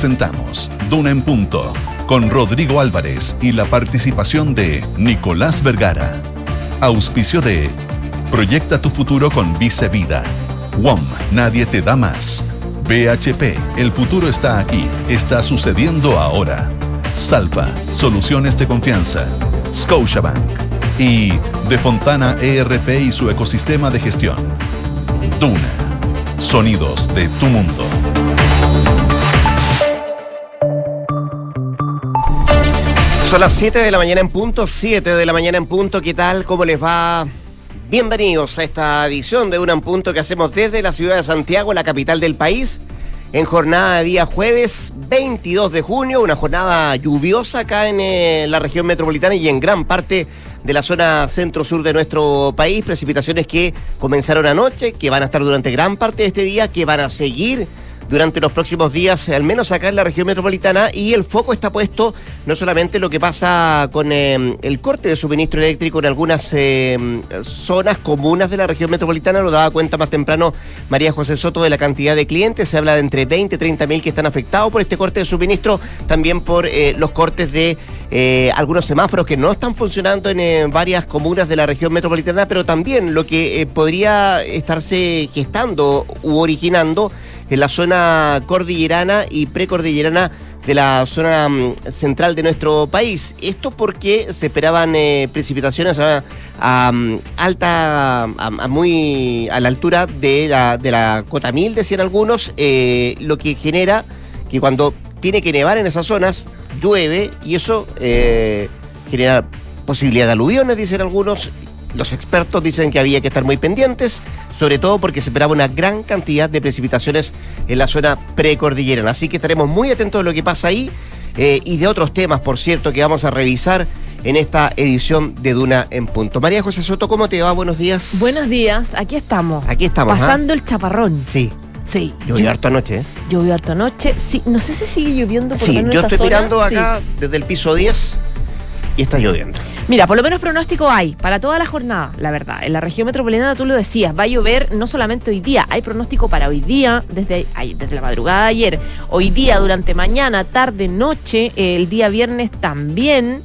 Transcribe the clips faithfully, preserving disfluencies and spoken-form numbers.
presentamos Duna en Punto, con Rodrigo Álvarez y la participación de Nicolás Vergara. Auspicio de Proyecta tu futuro con Vice Vida. W O M, nadie te da más. B H P, el futuro está aquí, está sucediendo ahora. Salva, soluciones de confianza. Scotiabank. Y De Fontana E R P y su ecosistema de gestión. Duna, sonidos de tu mundo. Son las siete de la mañana en punto, siete de la mañana en punto. ¿Qué tal? ¿Cómo les va? Bienvenidos a esta edición de Duna en Punto que hacemos desde la ciudad de Santiago, la capital del país, en jornada de día jueves veintidós de junio, una jornada lluviosa acá en eh, la región metropolitana y en gran parte de la zona centro-sur de nuestro país. Precipitaciones que comenzaron anoche, que van a estar durante gran parte de este día, que van a seguir durante los próximos días, al menos acá en la región metropolitana, y el foco está puesto no solamente en lo que pasa con eh, el corte de suministro eléctrico en algunas eh, zonas comunas de la región metropolitana. Lo daba cuenta más temprano María José Soto de la cantidad de clientes. Se habla de entre veinte y treinta mil que están afectados por este corte de suministro, también por eh, los cortes de eh, algunos semáforos que no están funcionando en eh, varias comunas de la región metropolitana, pero también lo que eh, podría estarse gestando u originando en la zona cordillerana y precordillerana de la zona um, central de nuestro país. Esto porque se esperaban eh, precipitaciones a, a um, alta, a, a muy a la altura de la, de la cota mil, decían algunos, eh, lo que genera que cuando tiene que nevar en esas zonas, llueve y eso eh, genera posibilidad de aluviones, dicen algunos. Los expertos dicen que había que estar muy pendientes, sobre todo porque se esperaba una gran cantidad de precipitaciones en la zona precordillerana. Así que estaremos muy atentos de lo que pasa ahí eh, y de otros temas, por cierto, que vamos a revisar en esta edición de Duna en Punto. María José Soto, ¿cómo te va? Buenos días. Buenos días, aquí estamos. Aquí estamos. Pasando ¿ah? el chaparrón. Sí. Sí. Llovió harto anoche, ¿eh? Llovió harto anoche. Sí, no sé si sigue lloviendo por Sí, en yo esta estoy zona. mirando acá Sí. desde el piso diez y está lloviendo. Mira, por lo menos pronóstico hay para toda la jornada, la verdad. En la región metropolitana, tú lo decías, va a llover no solamente hoy día, hay pronóstico para hoy día, desde, desde la madrugada de ayer, hoy día, durante mañana, tarde, noche, el día viernes también.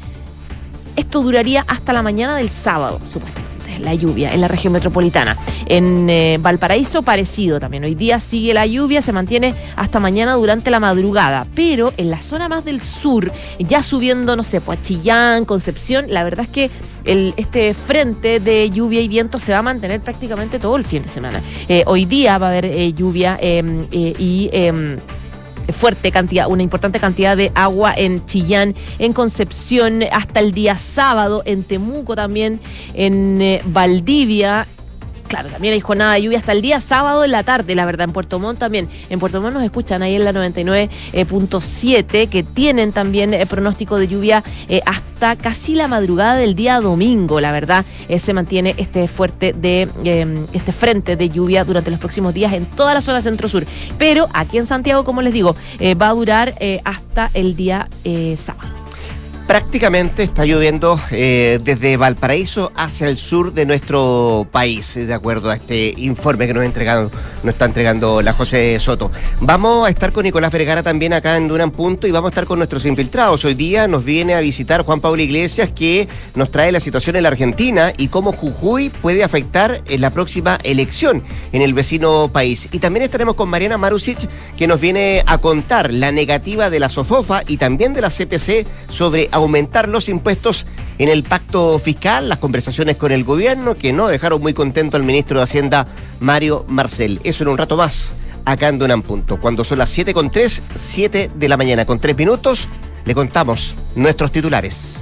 Esto duraría hasta la mañana del sábado, supuestamente, la lluvia en la región metropolitana. En eh, Valparaíso, parecido también. Hoy día sigue la lluvia, se mantiene hasta mañana durante la madrugada. Pero en la zona más del sur, ya subiendo, no sé, pues a Chillán, Concepción, la verdad es que el, este frente de lluvia y viento se va a mantener prácticamente todo el fin de semana. Eh, hoy día va a haber eh, lluvia eh, eh, y... Eh, fuerte cantidad, una importante cantidad de agua en Chillán, en Concepción, hasta el día sábado, en Temuco también, en eh, Valdivia. Claro, también hay jornada de lluvia hasta el día sábado en la tarde, la verdad, en Puerto Montt también. En Puerto Montt nos escuchan ahí en la noventa y nueve punto siete, que tienen también eh, pronóstico de lluvia eh, hasta casi la madrugada del día domingo, la verdad. Eh, se mantiene este fuerte de eh, este frente de lluvia durante los próximos días en toda la zona centro-sur. Pero aquí en Santiago, como les digo, eh, va a durar eh, hasta el día eh, sábado. Prácticamente está lloviendo eh, desde Valparaíso hacia el sur de nuestro país, de acuerdo a este informe que nos, entregado, nos está entregando la José Soto. Vamos a estar con Nicolás Vergara también acá en Duna en Punto y vamos a estar con nuestros infiltrados. Hoy día nos viene a visitar Juan Pablo Iglesias, que nos trae la situación en la Argentina y cómo Jujuy puede afectar en la próxima elección en el vecino país. Y también estaremos con Mariana Marusic, que nos viene a contar la negativa de la SOFOFA y también de la C P C sobre aumentar los impuestos en el pacto fiscal, las conversaciones con el gobierno que no dejaron muy contento al ministro de Hacienda, Mario Marcel. Eso en un rato más, acá en Duna en Punto. Cuando son las siete con tres, siete de la mañana con tres minutos, le contamos nuestros titulares.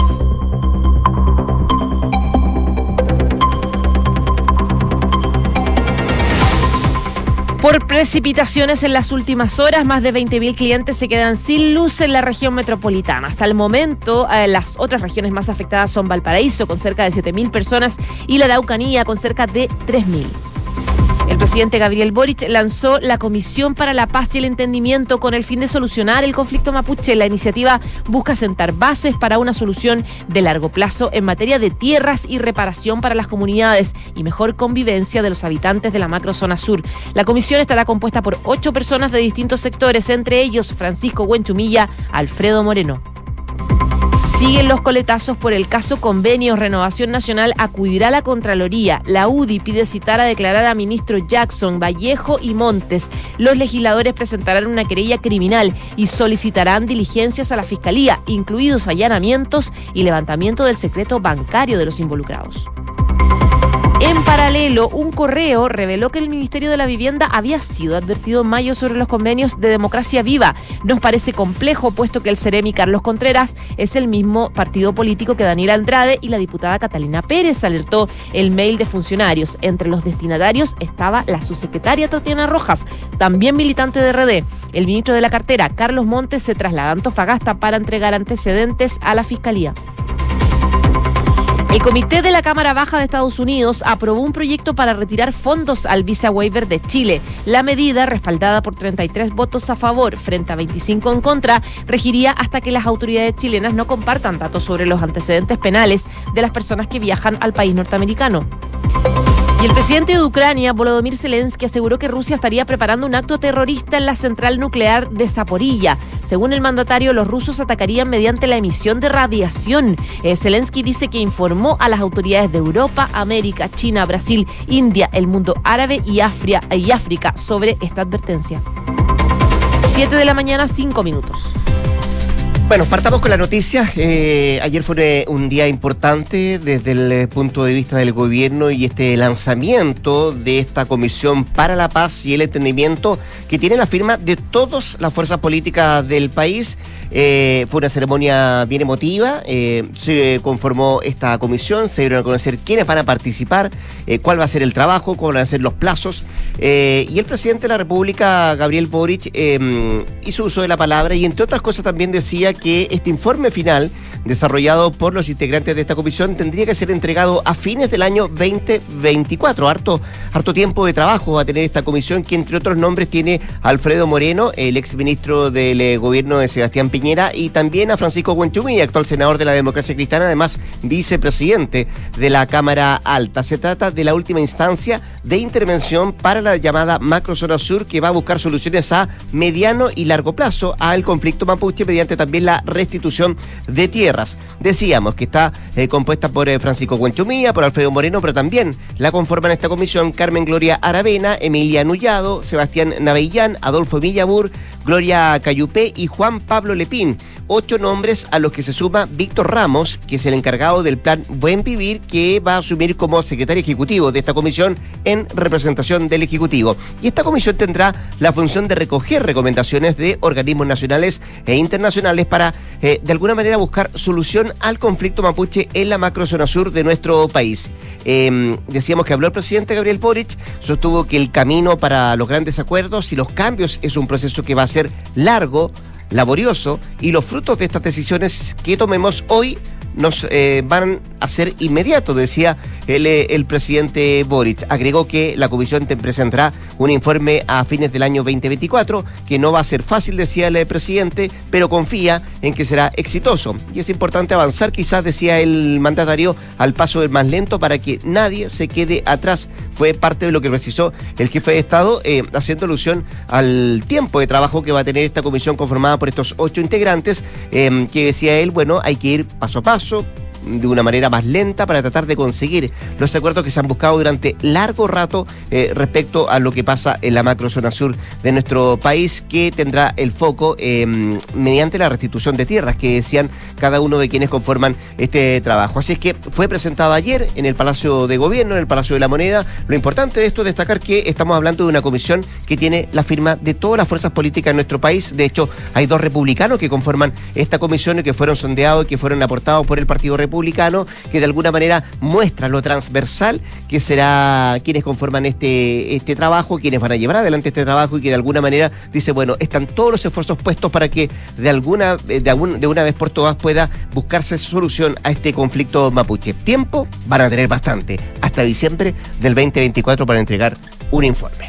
Por precipitaciones en las últimas horas, más de veinte mil clientes se quedan sin luz en la región metropolitana. Hasta el momento, eh, las otras regiones más afectadas son Valparaíso, con cerca de siete mil personas, y la Araucanía, con cerca de tres mil. El presidente Gabriel Boric lanzó la Comisión para la Paz y el Entendimiento con el fin de solucionar el conflicto mapuche. La iniciativa busca sentar bases para una solución de largo plazo en materia de tierras y reparación para las comunidades y mejor convivencia de los habitantes de la macrozona sur. La comisión estará compuesta por ocho personas de distintos sectores, entre ellos Francisco Huenchumilla, Alfredo Moreno. Siguen los coletazos por el caso Convenios. Renovación Nacional acudirá a la Contraloría. La U D I pide citar a declarar a ministro Jackson, Vallejo y Montes. Los legisladores presentarán una querella criminal y solicitarán diligencias a la Fiscalía, incluidos allanamientos y levantamiento del secreto bancario de los involucrados. En paralelo, un correo reveló que el Ministerio de la Vivienda había sido advertido en mayo sobre los convenios de Democracia Viva. Nos parece complejo, puesto que el Ceremi Carlos Contreras es el mismo partido político que Daniel Andrade y la diputada Catalina Pérez, alertó el mail de funcionarios. Entre los destinatarios estaba la subsecretaria Tatiana Rojas, también militante de R D. El ministro de la cartera, Carlos Montes, se traslada a Antofagasta para entregar antecedentes a la Fiscalía. El Comité de la Cámara Baja de Estados Unidos aprobó un proyecto para retirar fondos al Visa Waiver de Chile. La medida, respaldada por treinta y tres votos a favor frente a veinticinco en contra, regiría hasta que las autoridades chilenas no compartan datos sobre los antecedentes penales de las personas que viajan al país norteamericano. Y el presidente de Ucrania, Volodymyr Zelensky, aseguró que Rusia estaría preparando un acto terrorista en la central nuclear de Zaporilla. Según el mandatario, los rusos atacarían mediante la emisión de radiación. Eh, Zelensky dice que informó a las autoridades de Europa, América, China, Brasil, India, el mundo árabe y África, y África sobre esta advertencia. siete de la mañana, cinco minutos. Bueno, partamos con la noticia. Eh, ayer fue un día importante desde el punto de vista del gobierno y este lanzamiento de esta Comisión para la Paz y el Entendimiento que tiene la firma de todas las fuerzas políticas del país. Eh, fue una ceremonia bien emotiva. Eh, se conformó esta comisión, se dieron a conocer quiénes van a participar, eh, cuál va a ser el trabajo, cuáles van a ser los plazos. Eh, y el presidente de la República, Gabriel Boric, eh, hizo uso de la palabra y entre otras cosas también decía que este informe final, desarrollado por los integrantes de esta comisión, tendría que ser entregado a fines del año veinte veinticuatro. Harto, harto tiempo de trabajo va a tener esta comisión, que entre otros nombres tiene a Alfredo Moreno, el exministro del eh, gobierno de Sebastián Piñera, y también a Francisco Huenchumilla, actual senador de la Democracia Cristiana, además vicepresidente de la Cámara Alta. Se trata de la última instancia de intervención para la llamada Macrozona Sur, que va a buscar soluciones a mediano y largo plazo al conflicto mapuche mediante también la restitución de tierras. Decíamos que está eh, compuesta por eh, Francisco Huenchumilla, por Alfredo Moreno, pero también la conforman esta comisión Carmen Gloria Aravena, Emilia Nullado, Sebastián Navellán, Adolfo Villabur, Gloria Cayupé y Juan Pablo Lepín. Ocho nombres a los que se suma Víctor Ramos, que es el encargado del plan Buen Vivir, que va a asumir como secretario ejecutivo de esta comisión en representación del Ejecutivo. Y esta comisión tendrá la función de recoger recomendaciones de organismos nacionales e internacionales para, eh, de alguna manera, buscar solución al conflicto mapuche en la macrozona sur de nuestro país. Eh, decíamos que habló el presidente Gabriel Boric, sostuvo que el camino para los grandes acuerdos y los cambios es un proceso que va a ser largo, laborioso, y los frutos de estas decisiones que tomemos hoy nos eh, van a ser inmediatos, decía el, el presidente Boric. Agregó que la comisión te presentará un informe a fines del año veinte veinticuatro, que no va a ser fácil, decía el presidente, pero confía en que será exitoso. Y es importante avanzar, quizás, decía el mandatario, al paso del más lento para que nadie se quede atrás. Fue parte de lo que precisó el jefe de Estado, eh, haciendo alusión al tiempo de trabajo que va a tener esta comisión conformada por estos ocho integrantes, eh, que decía él, bueno, hay que ir paso a paso, de una manera más lenta para tratar de conseguir los acuerdos que se han buscado durante largo rato eh, respecto a lo que pasa en la macrozona sur de nuestro país, que tendrá el foco eh, mediante la restitución de tierras, que decían cada uno de quienes conforman este trabajo. Así es que fue presentado ayer en el Palacio de Gobierno, en el Palacio de la Moneda. Lo importante de esto es destacar que estamos hablando de una comisión que tiene la firma de todas las fuerzas políticas en nuestro país. De hecho, hay dos republicanos que conforman esta comisión y que fueron sondeados y que fueron aportados por el Partido Republicano, republicano, que de alguna manera muestra lo transversal que será quienes conforman este, este trabajo, quienes van a llevar adelante este trabajo, y que de alguna manera dice, bueno, están todos los esfuerzos puestos para que de alguna, de, algún, de una vez por todas pueda buscarse solución a este conflicto mapuche. Tiempo van a tener bastante, hasta diciembre del veinte veinticuatro para entregar un informe.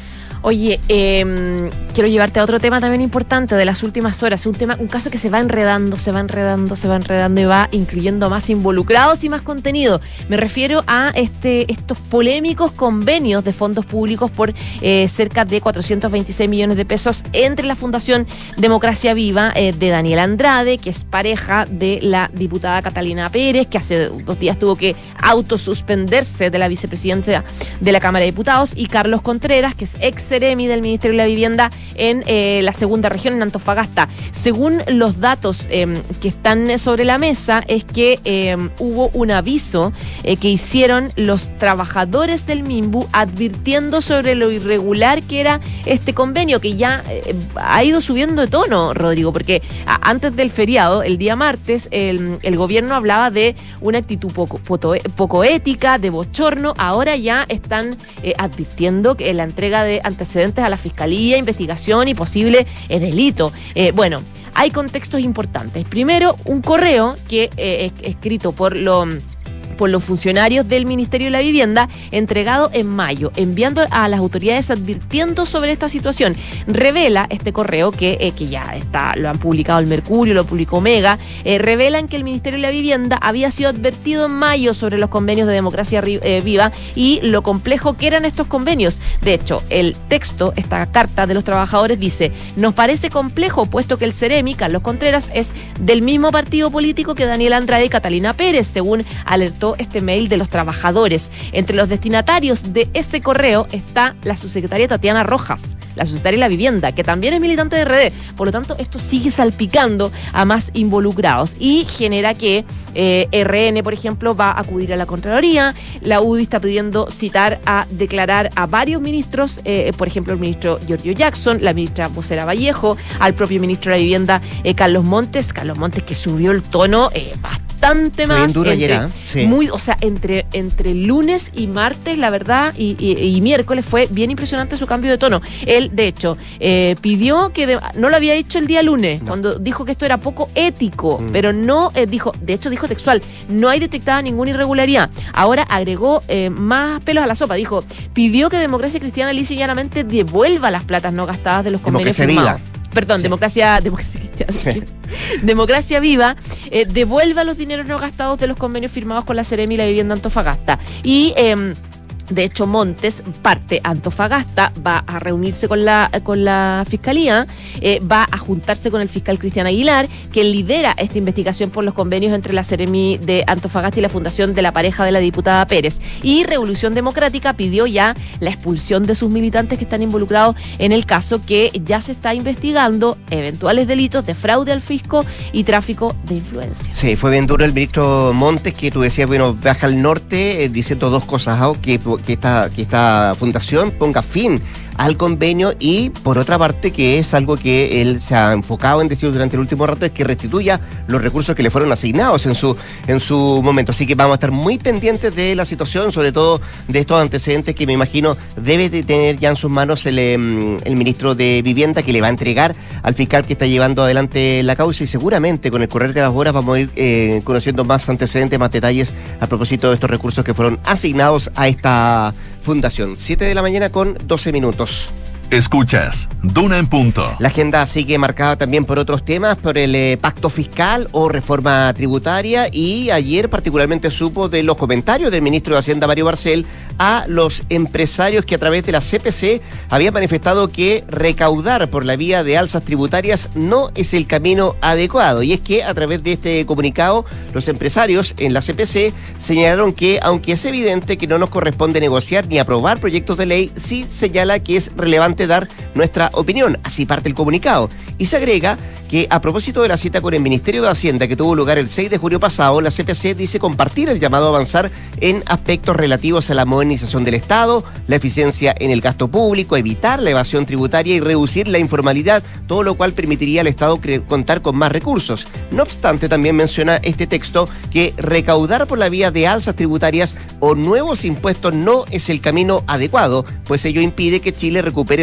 Oye, eh, quiero llevarte a otro tema también importante de las últimas horas, un tema, un caso que se va enredando, se va enredando, se va enredando y va incluyendo más involucrados y más contenido. Me refiero a este, estos polémicos convenios de fondos públicos por eh, cerca de cuatrocientos veintiséis millones de pesos entre la Fundación Democracia Viva eh, de Daniel Andrade, que es pareja de la diputada Catalina Pérez, que hace dos días tuvo que autosuspenderse de la vicepresidencia de la Cámara de Diputados, y Carlos Contreras, que es ex Seremi del Ministerio de la Vivienda en eh, la segunda región, en Antofagasta. Según los datos eh, que están sobre la mesa, es que eh, hubo un aviso eh, que hicieron los trabajadores del MIMBU advirtiendo sobre lo irregular que era este convenio, que ya eh, ha ido subiendo de tono, Rodrigo, porque a, antes del feriado, el día martes, el, el gobierno hablaba de una actitud poco, poco, poco ética, de bochorno. Ahora ya están eh, advirtiendo que la entrega de antecedentes a la Fiscalía, investigación y posible eh, delito. Eh, bueno, hay contextos importantes. Primero, un correo que eh, es escrito por lo... por los funcionarios del Ministerio de la Vivienda, entregado en mayo, enviando a las autoridades advirtiendo sobre esta situación. Revela este correo, que, eh, que ya está, lo han publicado el Mercurio, lo publicó Mega, eh, revelan que el Ministerio de la Vivienda había sido advertido en mayo sobre los convenios de Democracia eh, Viva y lo complejo que eran estos convenios. De hecho, el texto, esta carta de los trabajadores dice: nos parece complejo, puesto que el Seremi, Carlos Contreras, es del mismo partido político que Daniel Andrade y Catalina Pérez, según alertó este mail de los trabajadores. Entre los destinatarios de ese correo está la subsecretaria Tatiana Rojas, la subsecretaria de la Vivienda, que también es militante de R D. Por lo tanto, esto sigue salpicando a más involucrados y genera que eh, R N, por ejemplo, va a acudir a la Contraloría. La U D I está pidiendo citar a declarar a varios ministros, eh, por ejemplo, el ministro Giorgio Jackson, la ministra vocera Vallejo, al propio ministro de la Vivienda, eh, Carlos Montes. Carlos Montes, que subió el tono eh, bastante bastante más. Bien duro entre, ayer, ¿eh? Sí. Muy, o sea, entre, entre lunes y martes, la verdad, y, y, y miércoles fue bien impresionante su cambio de tono. Él, de hecho, eh, pidió que de, no lo había dicho el día lunes, no. cuando dijo que esto era poco ético, mm. pero no eh, dijo, de hecho dijo textual, no hay detectada ninguna irregularidad. Ahora agregó eh, más pelos a la sopa, dijo, pidió que Democracia Cristiana lisa y llanamente devuelva las platas no gastadas de los convenios firmados. Viva. Perdón, sí. democracia, democracia cristiana. Sí. Democracia Viva eh, devuelva los dineros no gastados de los convenios firmados con la Seremi y la Vivienda Antofagasta. Y eh, de hecho, Montes parte a Antofagasta, va a reunirse con la, con la Fiscalía, eh, va a juntarse con el fiscal Cristian Aguilar, que lidera esta investigación por los convenios entre la Seremi de Antofagasta y la Fundación de la pareja de la diputada Pérez. Y Revolución Democrática pidió ya la expulsión de sus militantes que están involucrados en el caso, que ya se está investigando eventuales delitos de fraude al fisco y tráfico de influencias. Sí, fue bien duro el ministro Montes, que tú decías, bueno, baja al norte eh, diciendo dos cosas, ¿no? que Que esta, que esta fundación ponga fin al convenio, y por otra parte, que es algo que él se ha enfocado en decir durante el último rato, es que restituya los recursos que le fueron asignados en su en su momento. Así que vamos a estar muy pendientes de la situación, sobre todo de estos antecedentes que me imagino debe de tener ya en sus manos el, el ministro de Vivienda, que le va a entregar al fiscal que está llevando adelante la causa, y seguramente con el correr de las horas vamos a ir eh, conociendo más antecedentes, más detalles a propósito de estos recursos que fueron asignados a esta fundación. siete de la mañana con doce minutos. Escuchas Duna en Punto. La agenda sigue marcada también por otros temas, por el eh, pacto fiscal o reforma tributaria, y ayer particularmente supo de los comentarios del ministro de Hacienda, Mario Barcel, a los empresarios que a través de la C P C habían manifestado que recaudar por la vía de alzas tributarias no es el camino adecuado. Y es que a través de este comunicado, los empresarios en la C P C señalaron que, aunque es evidente que no nos corresponde negociar ni aprobar proyectos de ley, sí señala que es relevante dar nuestra opinión. Así parte el comunicado. Y se agrega que, a propósito de la cita con el Ministerio de Hacienda que tuvo lugar el seis de junio pasado, la C P C dice compartir el llamado a avanzar en aspectos relativos a la modernización del Estado, la eficiencia en el gasto público, evitar la evasión tributaria y reducir la informalidad, todo lo cual permitiría al Estado contar con más recursos. No obstante, también menciona este texto que recaudar por la vía de alzas tributarias o nuevos impuestos no es el camino adecuado, pues ello impide que Chile recupere su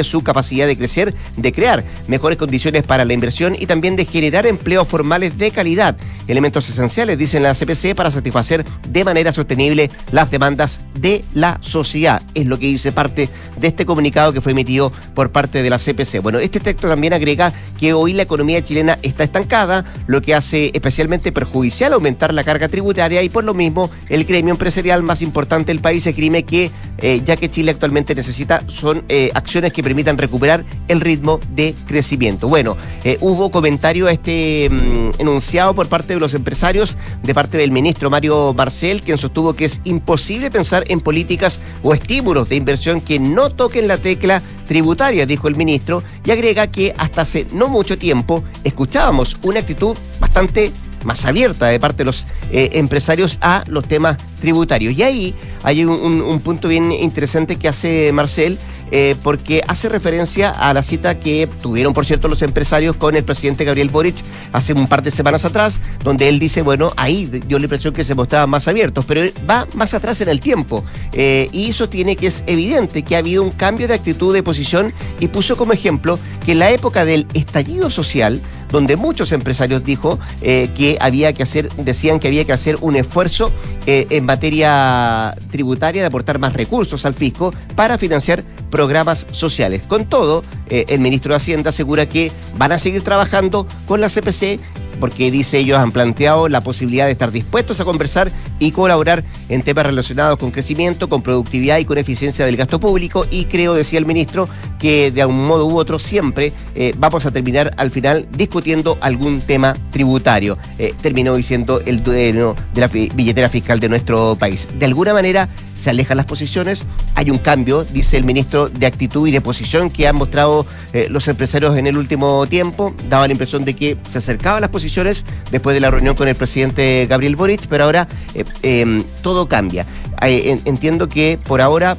su capacidad de crecer, de crear mejores condiciones para la inversión y también de generar empleos formales de calidad, elementos esenciales, dicen la C P C, para satisfacer de manera sostenible las demandas de la sociedad. Es lo que dice parte de este comunicado que fue emitido por parte de la C P C. Bueno, este texto también agrega que hoy la economía chilena está estancada, lo que hace especialmente perjudicial aumentar la carga tributaria, y por lo mismo el gremio empresarial más importante del país esgrime que eh, ya que Chile actualmente necesita son eh, acciones que permitan recuperar el ritmo de crecimiento. Bueno, eh, hubo comentario a este mm, enunciado por parte de los empresarios, de parte del ministro Mario Marcel, quien sostuvo que es imposible pensar en políticas o estímulos de inversión que no toquen la tecla tributaria, dijo el ministro, y agrega que hasta hace no mucho tiempo escuchábamos una actitud bastante más abierta de parte de los eh, empresarios a los temas tributarios. Y ahí hay un, un, un punto bien interesante que hace Marcel, eh, porque hace referencia a la cita que tuvieron, por cierto, los empresarios con el presidente Gabriel Boric hace un par de semanas atrás, donde él dice, bueno, ahí dio la impresión que se mostraban más abiertos, pero va más atrás en el tiempo, eh, y eso tiene que es evidente que ha habido un cambio de actitud, de posición, y puso como ejemplo que en la época del estallido social, donde muchos empresarios dijo eh, que había que hacer, decían que había que hacer un esfuerzo eh, en materia tributaria de aportar más recursos al fisco para financiar programas sociales. Con todo, eh, el ministro de Hacienda asegura que van a seguir trabajando con la C P C, porque dice ellos han planteado la posibilidad de estar dispuestos a conversar y colaborar en temas relacionados con crecimiento, con productividad y con eficiencia del gasto público, y creo, decía el ministro, que de un modo u otro siempre eh, vamos a terminar al final discutiendo algún tema tributario. Eh, terminó diciendo el dueño de la billetera fiscal de nuestro país. De alguna manera se alejan las posiciones, hay un cambio, dice el ministro, de actitud y de posición que han mostrado eh, los empresarios en el último tiempo. Daba la impresión de que se acercaban las posiciones después de la reunión con el presidente Gabriel Boric, pero ahora eh, eh, todo cambia. Eh, entiendo que por ahora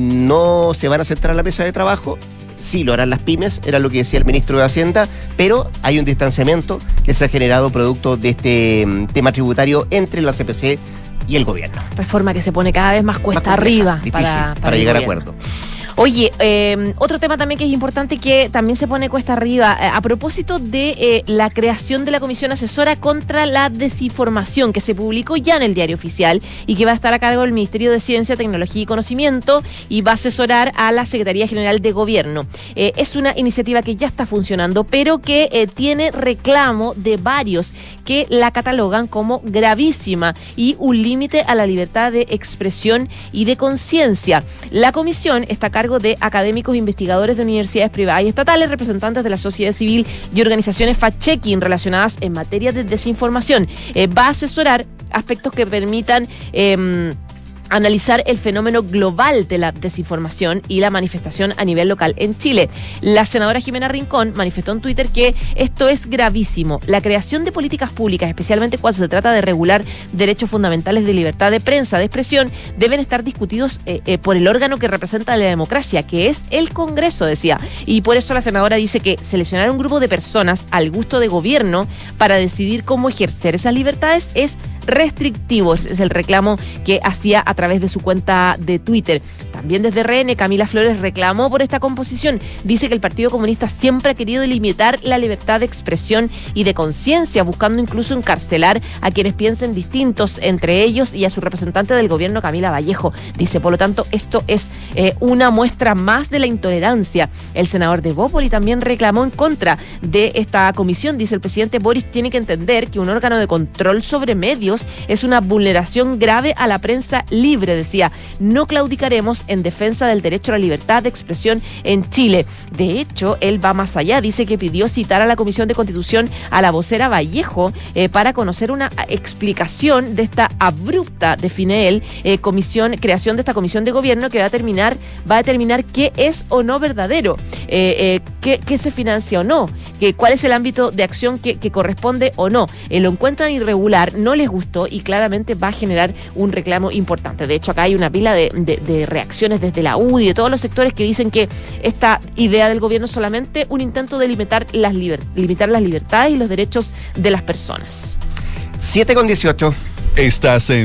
no se van a sentar a la mesa de trabajo. Sí lo harán las pymes, era lo que decía el ministro de Hacienda, pero hay un distanciamiento que se ha generado producto de este um, tema tributario entre la C P C y el gobierno. Reforma que se pone cada vez más cuesta más arriba difícil, para, para, para llegar a acuerdo. Oye, eh, otro tema también que es importante, que también se pone cuesta arriba, eh, a propósito de eh, la creación de la Comisión Asesora contra la Desinformación, que se publicó ya en el Diario Oficial y que va a estar a cargo del Ministerio de Ciencia, Tecnología y Conocimiento, y va a asesorar a la Secretaría General de Gobierno. Eh, es una iniciativa que ya está funcionando, pero que eh, tiene reclamo de varios que la catalogan como gravísima y un límite a la libertad de expresión y de conciencia. La comisión está a cargo de académicos, investigadores de universidades privadas y estatales, representantes de la sociedad civil y organizaciones fact-checking relacionadas en materia de desinformación. Eh, va a asesorar aspectos que permitan eh, analizar el fenómeno global de la desinformación y la manifestación a nivel local en Chile. La senadora Jimena Rincón manifestó en Twitter que esto es gravísimo. La creación de políticas públicas, especialmente cuando se trata de regular derechos fundamentales de libertad de prensa, de expresión, deben estar discutidos eh, eh, por el órgano que representa la democracia, que es el Congreso, decía. Y por eso la senadora dice que seleccionar un grupo de personas al gusto de gobierno para decidir cómo ejercer esas libertades es restrictivo. Es el reclamo que hacía a través de su cuenta de Twitter. También desde R N, Camila Flores reclamó por esta composición. Dice que el Partido Comunista siempre ha querido limitar la libertad de expresión y de conciencia, buscando incluso encarcelar a quienes piensen distintos, entre ellos y a su representante del gobierno, Camila Vallejo. Dice, por lo tanto, esto es eh, una muestra más de la intolerancia. El senador de Bópoli también reclamó en contra de esta comisión. Dice, el presidente Boris tiene que entender que un órgano de control sobre medios es una vulneración grave a la prensa libre, decía. No claudicaremos en defensa del derecho a la libertad de expresión en Chile. De hecho, él va más allá. Dice que pidió citar a la Comisión de Constitución a la vocera Vallejo eh, para conocer una explicación de esta abrupta, define él, eh, comisión, creación de esta comisión de gobierno que va a terminar, va a determinar qué es o no verdadero, eh, eh, qué, qué se financia o no, que, cuál es el ámbito de acción que, que corresponde o no. Eh, lo encuentran irregular, no les gusta y claramente va a generar un reclamo importante. De hecho, acá hay una pila de, de, de reacciones desde la U D I, de todos los sectores que dicen que esta idea del gobierno es solamente un intento de limitar las, liber, limitar las libertades y los derechos de las personas. siete con dieciocho. Estás en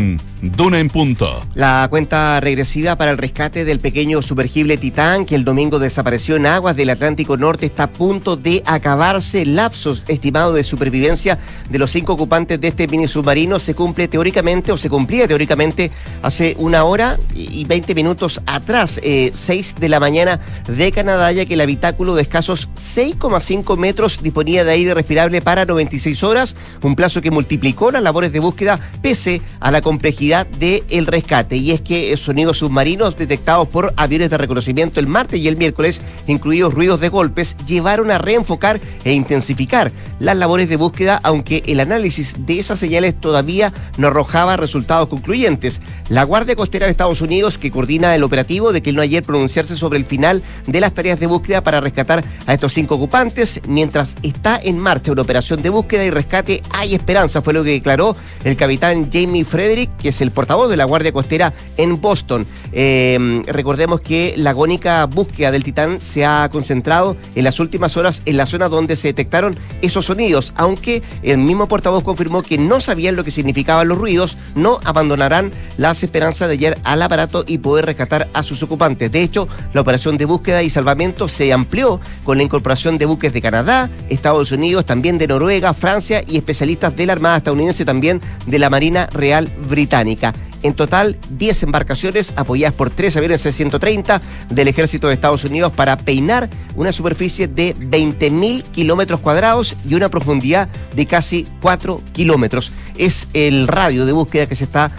Duna en punto. La cuenta regresiva para el rescate del pequeño sumergible Titán, que el domingo desapareció en aguas del Atlántico Norte, está a punto de acabarse. El lapso estimado de supervivencia de los cinco ocupantes de este mini submarino se cumple teóricamente, o se cumplía teóricamente, hace una hora y veinte minutos atrás, eh, seis de la mañana de Canadá, ya que el habitáculo de escasos seis coma cinco metros disponía de aire respirable para noventa y seis horas, un plazo que multiplicó las labores de búsqueda pese a la complejidad del rescate. Y es que sonidos submarinos detectados por aviones de reconocimiento el martes y el miércoles, incluidos ruidos de golpes, llevaron a reenfocar e intensificar las labores de búsqueda, aunque el análisis de esas señales todavía no arrojaba resultados concluyentes. La Guardia Costera de Estados Unidos, que coordina el operativo, declinó ayer pronunciarse sobre el final de las tareas de búsqueda para rescatar a estos cinco ocupantes. Mientras está en marcha una operación de búsqueda y rescate, hay esperanza, fue lo que declaró el capitán Jamie Frederick, que es el portavoz de la Guardia Costera en Boston. Eh, recordemos que la agónica búsqueda del Titán se ha concentrado en las últimas horas en la zona donde se detectaron esos sonidos, aunque el mismo portavoz confirmó que no sabían lo que significaban los ruidos, no abandonarán las esperanzas de llegar al aparato y poder rescatar a sus ocupantes. De hecho, la operación de búsqueda y salvamento se amplió con la incorporación de buques de Canadá, Estados Unidos, también de Noruega, Francia y especialistas de la Armada estadounidense, también de la Marina Real Británica. En total, diez embarcaciones apoyadas por tres aviones C ciento treinta del Ejército de Estados Unidos para peinar una superficie de veinte mil kilómetros cuadrados y una profundidad de casi cuatro kilómetros. Es el radio de búsqueda que se está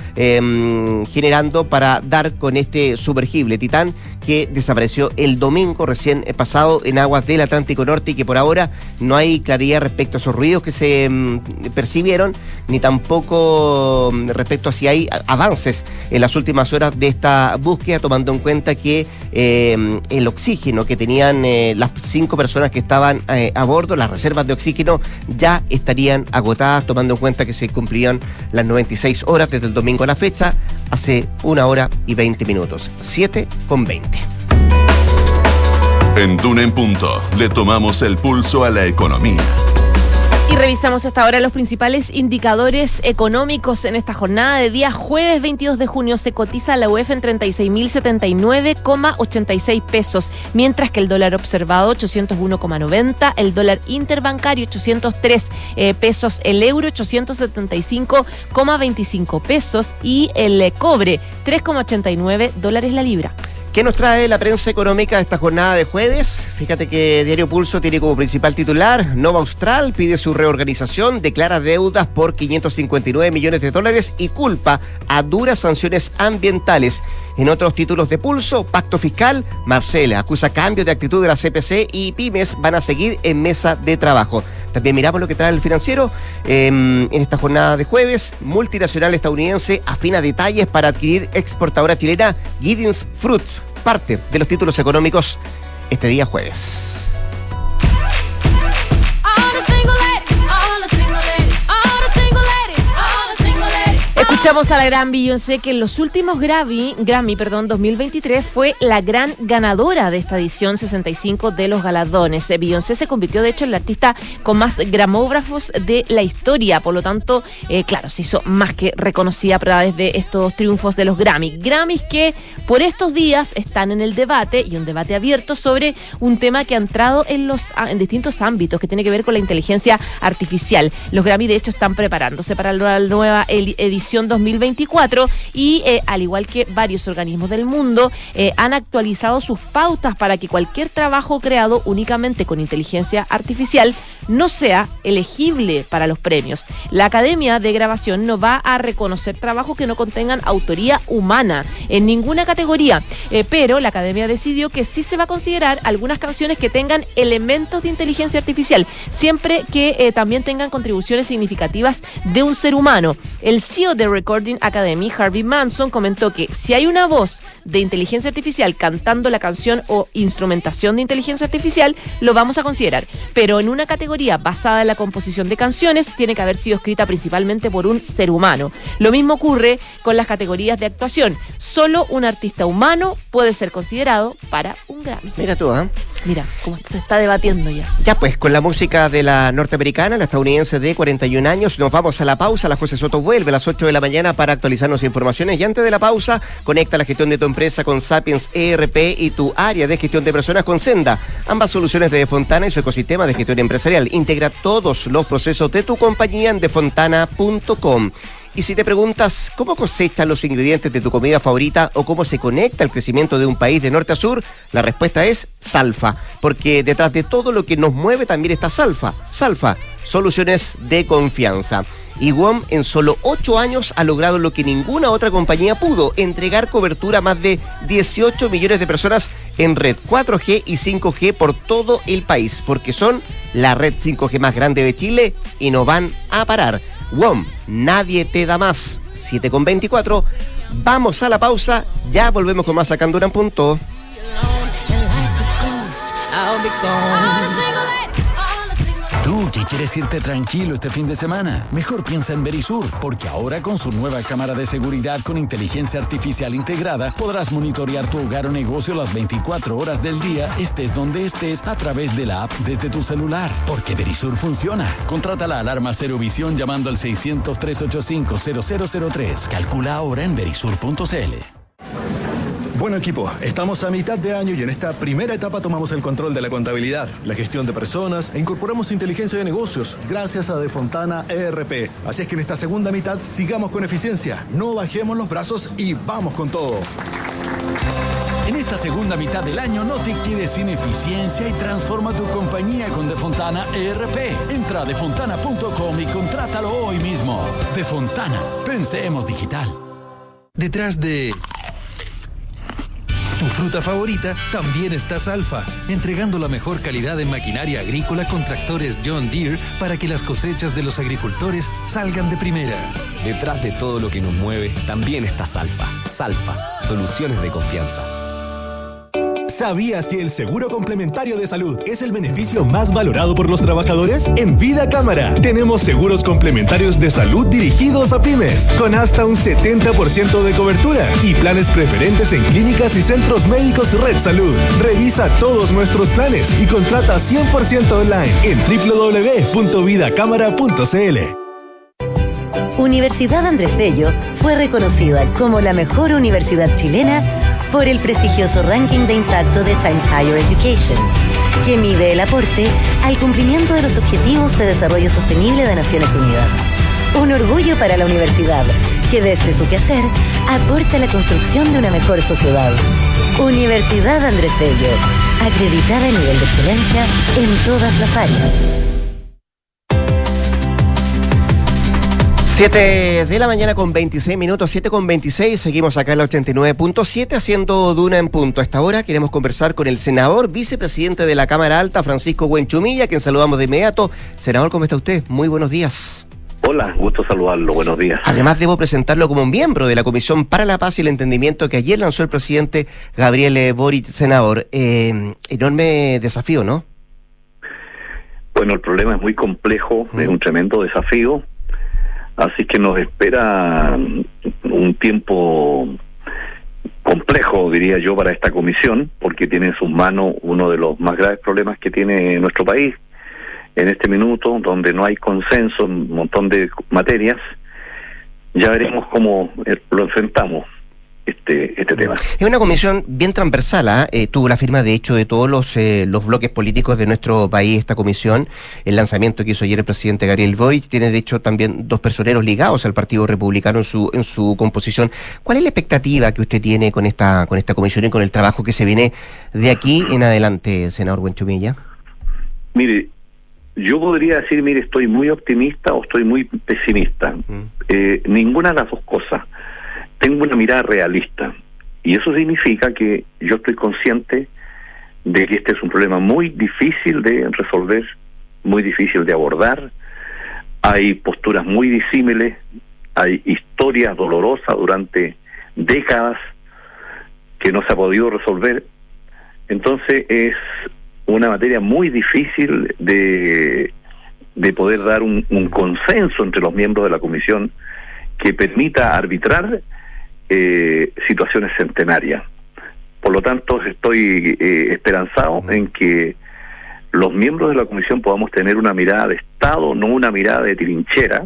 eh, generando para dar con este sumergible Titán, que desapareció el domingo recién pasado en aguas del Atlántico Norte, y que por ahora no hay claridad respecto a esos ruidos que se um, percibieron, ni tampoco um, respecto a si hay avances en las últimas horas de esta búsqueda, tomando en cuenta que eh, el oxígeno que tenían eh, las cinco personas que estaban eh, a bordo, las reservas de oxígeno ya estarían agotadas, tomando en cuenta que se cumplían las noventa y seis horas desde el domingo a la fecha, hace una hora y veinte minutos, siete con veinte. En Duna en punto le tomamos el pulso a la economía. Y revisamos hasta ahora los principales indicadores económicos en esta jornada de día jueves veintidós de junio. Se cotiza la U E F en treinta y seis mil setenta y nueve coma ochenta y seis pesos, mientras que el dólar observado ochocientos uno coma noventa, el dólar interbancario ochocientos tres eh, pesos, el euro ochocientos setenta y cinco coma veinticinco pesos y el eh, cobre tres coma ochenta y nueve dólares la libra. ¿Qué nos trae la prensa económica esta jornada de jueves? Fíjate que Diario Pulso tiene como principal titular: Nova Austral pide su reorganización, declara deudas por quinientos cincuenta y nueve millones de dólares y culpa a duras sanciones ambientales. En otros títulos de Pulso, pacto fiscal, Marcela acusa cambio de actitud de la C P C y pymes van a seguir en mesa de trabajo. También miramos lo que trae el Financiero eh, en esta jornada de jueves. Multinacional estadounidense afina detalles para adquirir exportadora chilena Giddens Fruits. Parte de los títulos económicos este día jueves. Escuchamos a la gran Beyoncé, que en los últimos Grammy, Grammy perdón, dos mil veintitrés fue la gran ganadora de esta edición sesenta y cinco de los galardones. Beyoncé se convirtió de hecho en la artista con más gramógrafos de la historia, por lo tanto, eh, claro, se hizo más que reconocida a través de estos triunfos de los Grammy. Grammys que por estos días están en el debate, y un debate abierto sobre un tema que ha entrado en, los, en distintos ámbitos, que tiene que ver con la inteligencia artificial. Los Grammy de hecho están preparándose para la nueva edición dos mil veinticuatro y eh, al igual que varios organismos del mundo eh, han actualizado sus pautas para que cualquier trabajo creado únicamente con inteligencia artificial no sea elegible para los premios. La Academia de Grabación no va a reconocer trabajos que no contengan autoría humana en ninguna categoría, eh, pero la Academia decidió que sí se va a considerar algunas canciones que tengan elementos de inteligencia artificial, siempre que eh, también tengan contribuciones significativas de un ser humano. El C E O de Recording Academy, Harvey Manson, comentó que si hay una voz de inteligencia artificial cantando la canción o instrumentación de inteligencia artificial, lo vamos a considerar, pero en una categoría basada en la composición de canciones tiene que haber sido escrita principalmente por un ser humano. Lo mismo ocurre con las categorías de actuación. Solo un artista humano puede ser considerado para un Grammy. Mira tú, ¿eh? Mira, cómo se está debatiendo ya. Ya pues, con la música de la norteamericana, la estadounidense de cuarenta y un años, nos vamos a la pausa. La José Soto vuelve a las ocho de la mañana para actualizarnos informaciones. Y antes de la pausa, conecta la gestión de tu empresa con Sapiens E R P y tu área de gestión de personas con Senda. Ambas soluciones de Defontana y su ecosistema de gestión empresarial. Integra todos los procesos de tu compañía en defontana punto com. Y si te preguntas cómo cosechan los ingredientes de tu comida favorita o cómo se conecta el crecimiento de un país de norte a sur, la respuesta es Salfa, porque detrás de todo lo que nos mueve también está Salfa. Salfa, soluciones de confianza. Y W O M en solo ocho años ha logrado lo que ninguna otra compañía pudo, entregar cobertura a más de dieciocho millones de personas en red cuatro G y cinco G por todo el país, porque son la red cinco G más grande de Chile y no van a parar. W O M, nadie te da más. siete con veinticuatro. Vamos a la pausa. Ya volvemos con más acá en Duna en Punto. Tú que quieres irte tranquilo este fin de semana, mejor piensa en Verisur, porque ahora con su nueva cámara de seguridad con inteligencia artificial integrada, podrás monitorear tu hogar o negocio las veinticuatro horas del día, estés donde estés, a través de la app desde tu celular. Porque Verisur funciona. Contrata la alarma Cero Visión llamando al seiscientos, trescientos ochenta y cinco, cero cero cero tres. Calcula ahora en verisur punto c l. Bueno, equipo, estamos a mitad de año y en esta primera etapa tomamos el control de la contabilidad, la gestión de personas e incorporamos inteligencia de negocios gracias a Defontana E R P. Así es que en esta segunda mitad sigamos con eficiencia, no bajemos los brazos y vamos con todo. En esta segunda mitad del año no te quedes sin eficiencia y transforma tu compañía con Defontana E R P. Entra a defontana punto com y contrátalo hoy mismo. Defontana, pensemos digital. Detrás de tu fruta favorita también está Salfa, entregando la mejor calidad en maquinaria agrícola con tractores John Deere para que las cosechas de los agricultores salgan de primera. Detrás de todo lo que nos mueve también está Salfa. Salfa, soluciones de confianza. ¿Sabías que el seguro complementario de salud es el beneficio más valorado por los trabajadores? En Vida Cámara tenemos seguros complementarios de salud dirigidos a pymes, con hasta un setenta por ciento de cobertura y planes preferentes en clínicas y centros médicos Red Salud. Revisa todos nuestros planes y contrata cien por ciento online en doble u doble u doble u punto vida cámara punto c l. Universidad Andrés Bello fue reconocida como la mejor universidad chilena por el prestigioso ranking de impacto de Times Higher Education, que mide el aporte al cumplimiento de los Objetivos de Desarrollo Sostenible de Naciones Unidas. Un orgullo para la universidad, que desde su quehacer aporta a la construcción de una mejor sociedad. Universidad Andrés Bello, acreditada a nivel de excelencia en todas las áreas. siete de la mañana con veintiséis minutos, siete con veintiséis, seguimos acá en la ochenta y nueve punto siete haciendo Duna en Punto. A esta hora queremos conversar con el senador, vicepresidente de la Cámara Alta, Francisco Buenchumilla, a quien saludamos de inmediato. Senador, ¿cómo está usted? Muy buenos días. Hola, gusto saludarlo, buenos días. Además, debo presentarlo como miembro de la Comisión para la Paz y el Entendimiento que ayer lanzó el presidente Gabriel Boric, senador. Eh, enorme desafío, ¿no? Bueno, el problema es muy complejo, mm. es un tremendo desafío. Así que nos espera un tiempo complejo, diría yo, para esta comisión, porque tiene en sus manos uno de los más graves problemas que tiene nuestro país en este minuto, donde no hay consenso en un montón de materias. Ya veremos cómo lo enfrentamos. Este, este tema. Es una comisión bien transversal, ¿eh? Eh, tuvo la firma de hecho de todos los eh, los bloques políticos de nuestro país esta comisión. El lanzamiento que hizo ayer el presidente Gabriel Boric tiene de hecho también dos personeros ligados al Partido Republicano en su en su composición. ¿Cuál es la expectativa que usted tiene con esta con esta comisión y con el trabajo que se viene de aquí en adelante, senador Buenchumilla? Mire, yo podría decir, mire, estoy muy optimista o estoy muy pesimista. Mm. Eh, ninguna de las dos cosas. Tengo una mirada realista y eso significa que yo estoy consciente de que este es un problema muy difícil de resolver, muy difícil de abordar. Hay posturas muy disímiles, hay historias dolorosas durante décadas que no se ha podido resolver. Entonces es una materia muy difícil de, de poder dar un, un consenso entre los miembros de la comisión que permita arbitrar Eh, situaciones centenarias. Por lo tanto, estoy eh, esperanzado en que los miembros de la comisión podamos tener una mirada de Estado, no una mirada de trinchera,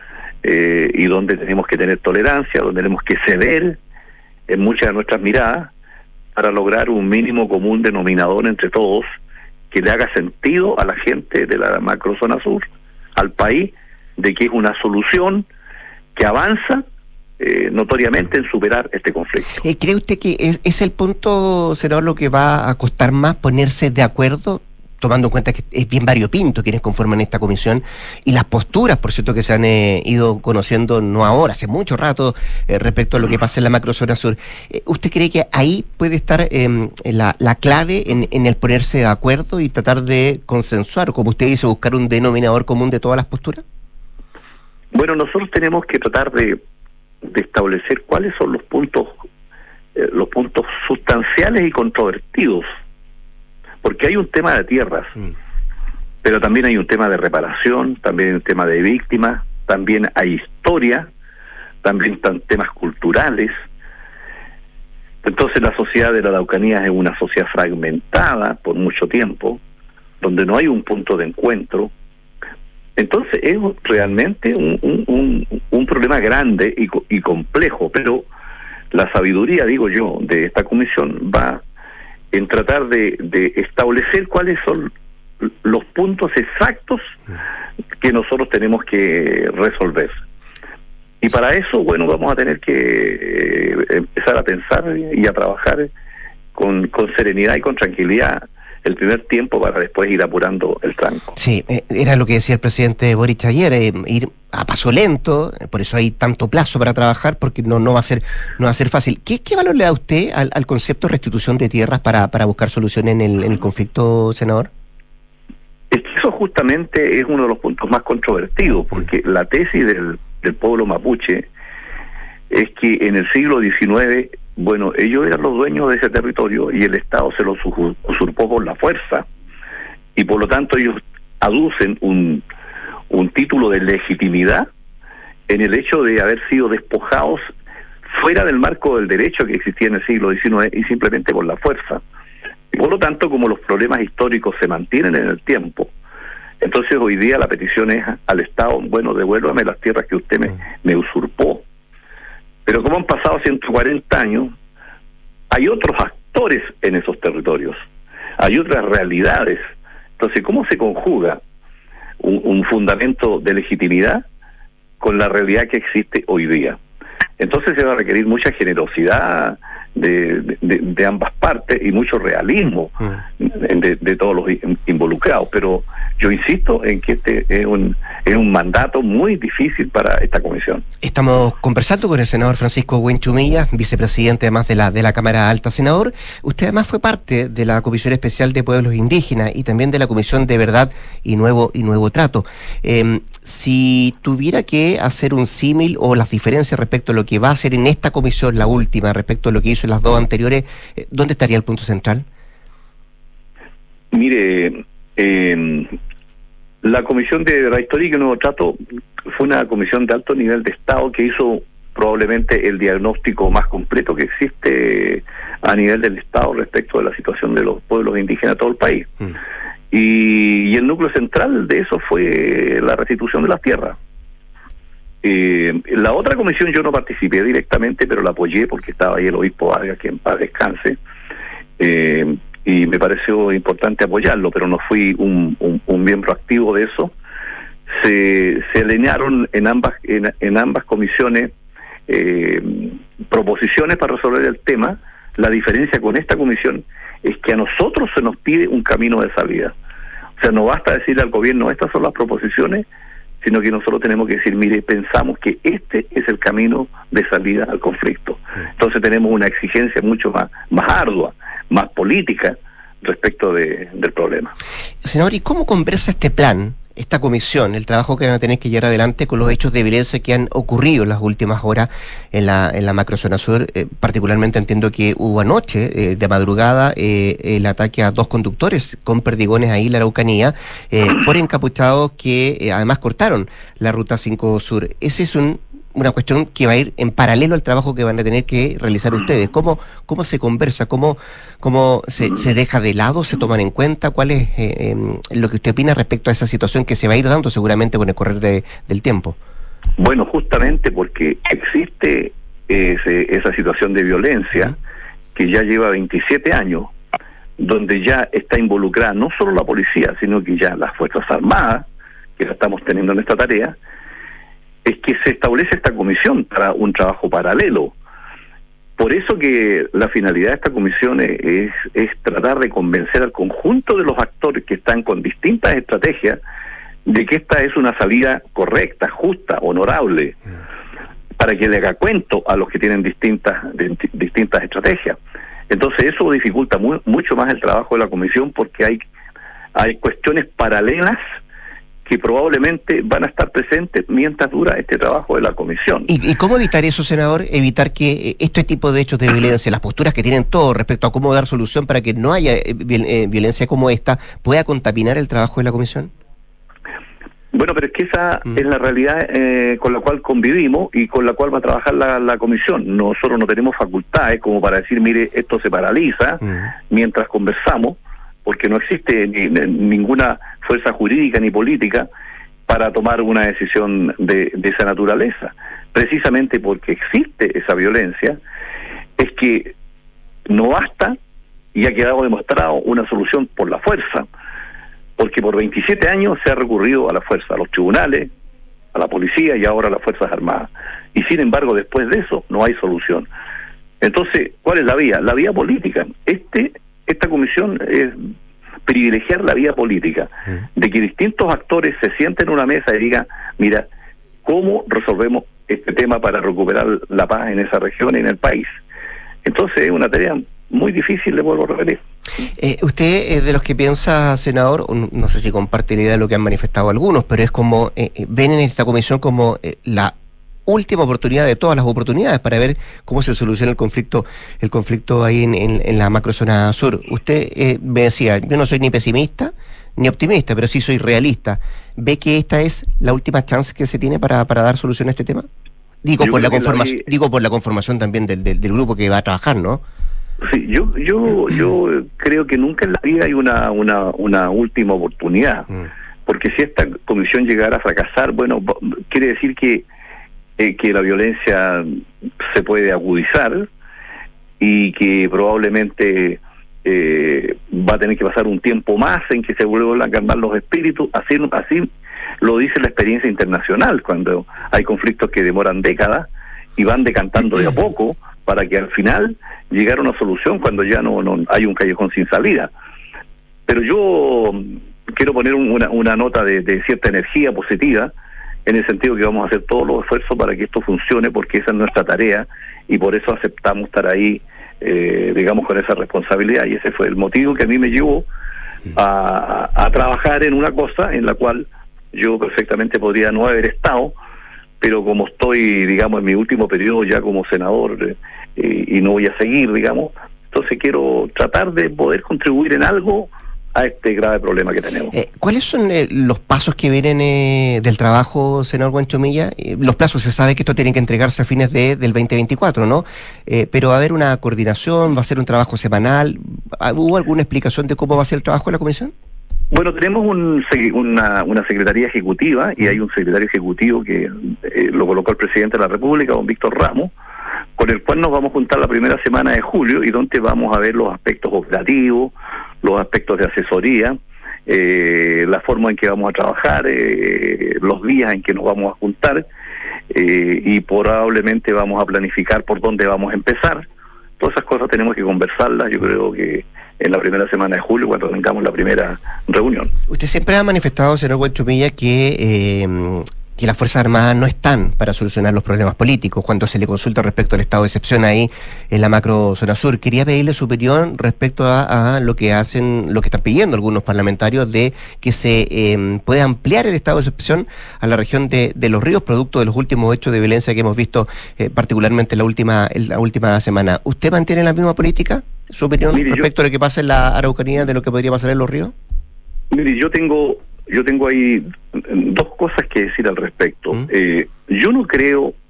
eh, y donde tenemos que tener tolerancia, donde tenemos que ceder en muchas de nuestras miradas para lograr un mínimo común denominador entre todos que le haga sentido a la gente de la macrozona sur, al país, de que es una solución que avanza eh, notoriamente en superar este conflicto. Eh, ¿Cree usted que es, es el punto, senador, lo que va a costar más ponerse de acuerdo, tomando en cuenta que es bien variopinto quienes conforman esta comisión y las posturas, por cierto, que se han eh, ido conociendo no ahora, hace mucho rato, eh, respecto a lo que pasa en la macrozona sur? Eh, ¿Usted cree que ahí puede estar eh, la, la clave en, en el ponerse de acuerdo y tratar de consensuar, como usted dice, buscar un denominador común de todas las posturas? Bueno, nosotros tenemos que tratar de, de establecer cuáles son los puntos, eh, los puntos sustanciales y controvertidos, porque hay un tema de tierras, mm. pero también hay un tema de reparación, también hay un tema de víctimas, también hay historia, también están temas culturales. Entonces la sociedad de la Araucanía es una sociedad fragmentada por mucho tiempo, donde no hay un punto de encuentro. Entonces es realmente un, un, un, un problema grande y, y complejo, pero la sabiduría, digo yo, de esta comisión va en tratar de, de establecer cuáles son los puntos exactos que nosotros tenemos que resolver. Y para eso, bueno, vamos a tener que eh, empezar a pensar y a trabajar con, con serenidad y con tranquilidad el primer tiempo para después ir apurando el tranco. Sí, eh, era lo que decía el presidente Boric ayer, eh, ir a paso lento, eh, por eso hay tanto plazo para trabajar, porque no no va a ser no va a ser fácil. ¿Qué, qué valor le da usted al, al concepto de restitución de tierras para, para buscar solución en el, en el conflicto, senador? Eso justamente es uno de los puntos más controvertidos, porque la tesis del, del pueblo mapuche es que en el siglo diecinueve, bueno, ellos eran los dueños de ese territorio y el Estado se los usurpó por la fuerza, y por lo tanto ellos aducen un, un título de legitimidad en el hecho de haber sido despojados fuera del marco del derecho que existía en el siglo diecinueve y simplemente por la fuerza. Y por lo tanto, como los problemas históricos se mantienen en el tiempo, entonces hoy día la petición es al Estado, bueno, devuélvame las tierras que usted me, me usurpó. Pero como han pasado ciento cuarenta años, hay otros actores en esos territorios, hay otras realidades. Entonces, ¿cómo se conjuga un, un fundamento de legitimidad con la realidad que existe hoy día? Entonces se va a requerir mucha generosidad de, de, de ambas partes y mucho realismo de, de todos los involucrados. Pero yo insisto en que este es un, es un mandato muy difícil para esta comisión. Estamos conversando con el senador Francisco Buenchumilla, vicepresidente además de la de la Cámara Alta. Senador, usted además fue parte de la Comisión Especial de Pueblos Indígenas y también de la Comisión de Verdad y Nuevo y Nuevo Trato. Eh, si tuviera que hacer un símil o las diferencias respecto a lo que va a hacer en esta comisión, la última, respecto a lo que hizo en las dos anteriores, ¿dónde estaría el punto central? Mire, eh, la Comisión de Verdad Histórica y Nuevo Trato fue una comisión de alto nivel de Estado que hizo probablemente el diagnóstico más completo que existe a nivel del Estado respecto de la situación de los pueblos indígenas de todo el país. Mm. Y, y el núcleo central de eso fue la restitución de las tierras. Eh, la otra comisión yo no participé directamente, pero la apoyé porque estaba ahí el obispo Vargas, que en paz descanse, eh, y me pareció importante apoyarlo, pero no fui un, un, un miembro activo de eso. Se, se alinearon en ambas en, en ambas comisiones eh, proposiciones para resolver el tema. La diferencia con esta comisión es que a nosotros se nos pide un camino de salida. O sea, no basta decirle al gobierno, estas son las proposiciones, sino que nosotros tenemos que decir, mire, pensamos que este es el camino de salida al conflicto. Entonces tenemos una exigencia mucho más, más ardua, más política respecto de, del problema. Senador, ¿y cómo conversa este plan, esta comisión, el trabajo que van a tener que llevar adelante con los hechos de violencia que han ocurrido en las últimas horas en la en la macrozona sur? Eh, particularmente entiendo que hubo anoche, eh, de madrugada, eh, el ataque a dos conductores con perdigones ahí en la Araucanía, eh, por encapuchados que eh, además cortaron la ruta cinco Sur. Ese es un una cuestión que va a ir en paralelo al trabajo que van a tener que realizar ustedes. ¿Cómo, cómo se conversa? ¿Cómo, cómo se, se deja de lado? ¿Se toman en cuenta? ¿Cuál es eh, eh, lo que usted opina respecto a esa situación que se va a ir dando seguramente con el correr de, del tiempo? Bueno, justamente porque existe ese, esa situación de violencia que ya lleva veintisiete años, donde ya está involucrada no solo la policía, sino que ya las Fuerzas Armadas, que la estamos teniendo en esta tarea, es que se establece esta comisión para un trabajo paralelo. Por eso que la finalidad de esta comisión es, es, es tratar de convencer al conjunto de los actores que están con distintas estrategias de que esta es una salida correcta, justa, honorable, para que le haga cuento a los que tienen distintas de, distintas estrategias. Entonces eso dificulta muy, mucho más el trabajo de la comisión, porque hay hay cuestiones paralelas que probablemente van a estar presentes mientras dura este trabajo de la comisión. ¿Y, y cómo evitar eso, senador? Evitar que este tipo de hechos de violencia, las posturas que tienen todos respecto a cómo dar solución para que no haya eh, violencia como esta, pueda contaminar el trabajo de la comisión. Bueno, pero es que esa mm. es la realidad eh, con la cual convivimos y con la cual va a trabajar la, la comisión. Nosotros no tenemos facultades como para decir, mire, esto se paraliza mm. mientras conversamos, porque no existe ni, ni, ninguna fuerza jurídica ni política para tomar una decisión de, de esa naturaleza. Precisamente porque existe esa violencia, es que no basta, y ha quedado demostrado, una solución por la fuerza, porque por veintisiete años se ha recurrido a la fuerza, a los tribunales, a la policía y ahora a las Fuerzas Armadas. Y sin embargo, después de eso, no hay solución. Entonces, ¿cuál es la vía? La vía política. Este Esta comisión es privilegiar la vía política, de que distintos actores se sienten en una mesa y digan, mira, ¿cómo resolvemos este tema para recuperar la paz en esa región y en el país? Entonces es una tarea muy difícil, le vuelvo a repetir. Eh, usted es de los que piensa, senador, no sé si comparte la idea de lo que han manifestado algunos, pero es como, eh, ven en esta comisión como eh, la última oportunidad de todas las oportunidades para ver cómo se soluciona el conflicto el conflicto ahí en, en, en la macrozona sur. Usted eh, me decía, yo no soy ni pesimista ni optimista, pero sí soy realista. ¿Ve que esta es la última chance que se tiene para, para dar solución a este tema? Digo por la conformación, la... digo por la conformación también del, del, del grupo que va a trabajar, ¿no? Sí, yo yo yo creo que nunca en la vida hay una una una última oportunidad, mm. porque si esta comisión llegara a fracasar, bueno, quiere decir que eh, que la violencia se puede agudizar y que probablemente eh, va a tener que pasar un tiempo más en que se vuelvan a calmar los espíritus. Así así lo dice la experiencia internacional, cuando hay conflictos que demoran décadas y van decantando de a poco para que al final llegar a una solución cuando ya no, no hay un callejón sin salida. Pero yo quiero poner una, una nota de, de cierta energía positiva, en el sentido que vamos a hacer todos los esfuerzos para que esto funcione, porque esa es nuestra tarea y por eso aceptamos estar ahí, eh, digamos, con esa responsabilidad, y ese fue el motivo que a mí me llevó a, a trabajar en una cosa en la cual yo perfectamente podría no haber estado, pero como estoy, digamos, en mi último periodo ya como senador eh, y no voy a seguir, digamos, entonces quiero tratar de poder contribuir en algo a este grave problema que tenemos. Eh, ¿Cuáles son eh, los pasos que vienen eh, del trabajo, senador Buenchomilla? Eh, los plazos, se sabe que esto tiene que entregarse a fines de, del veinte veinticuatro, ¿no? Eh, pero ¿va a haber una coordinación? ¿Va a ser un trabajo semanal? ¿Hubo alguna explicación de cómo va a ser el trabajo de la comisión? Bueno, tenemos un, una, una secretaría ejecutiva y hay un secretario ejecutivo que eh, lo colocó el presidente de la República, don Víctor Ramos, con el cual nos vamos a juntar la primera semana de julio y donde vamos a ver los aspectos operativos, los aspectos de asesoría, eh, la forma en que vamos a trabajar, eh, los días en que nos vamos a juntar eh, y probablemente vamos a planificar por dónde vamos a empezar. Todas esas cosas tenemos que conversarlas, yo creo que en la primera semana de julio, cuando tengamos la primera reunión. Usted siempre ha manifestado, señor Buenchomilla, que eh, que las Fuerzas Armadas no están para solucionar los problemas políticos cuando se le consulta respecto al estado de excepción ahí en la macro zona sur. Quería pedirle su opinión respecto a, a lo que hacen, lo que están pidiendo algunos parlamentarios de que se eh, pueda ampliar el estado de excepción a la región de, de Los Ríos, producto de los últimos hechos de violencia que hemos visto eh, particularmente en la última en la última semana. ¿Usted mantiene la misma política? ¿Su opinión Mire, respecto yo, a lo que pasa en la Araucanía de lo que podría pasar en Los Ríos? Mire, yo tengo Yo tengo ahí dos cosas que decir al respecto. ¿Mm? Eh, yo no creo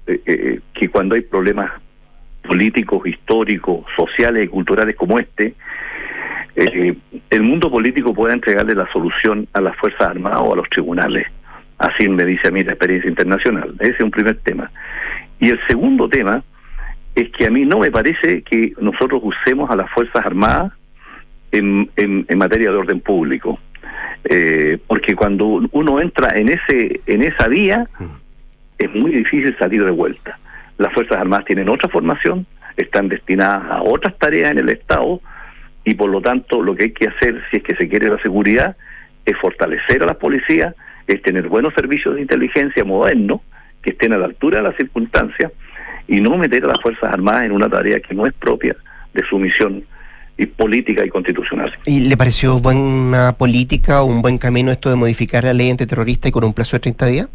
eh, eh, que cuando hay problemas políticos, históricos, sociales y culturales como este, eh, el mundo político pueda entregarle la solución a las Fuerzas Armadas o a los tribunales. Así me dice a mí la experiencia internacional. Ese es un primer tema. Y el segundo tema es que a mí no me parece que nosotros usemos a las Fuerzas Armadas en, en, en materia de orden público. Eh, porque cuando uno entra en ese en esa vía, es muy difícil salir de vuelta. Las Fuerzas Armadas tienen otra formación, están destinadas a otras tareas en el Estado, y por lo tanto lo que hay que hacer, si es que se quiere la seguridad, es fortalecer a las policías, es tener buenos servicios de inteligencia modernos, que estén a la altura de las circunstancias, y no meter a las Fuerzas Armadas en una tarea que no es propia de su misión y política y constitucional. ¿Y le pareció buena política o un buen camino esto de modificar la ley antiterrorista y con un plazo de treinta días?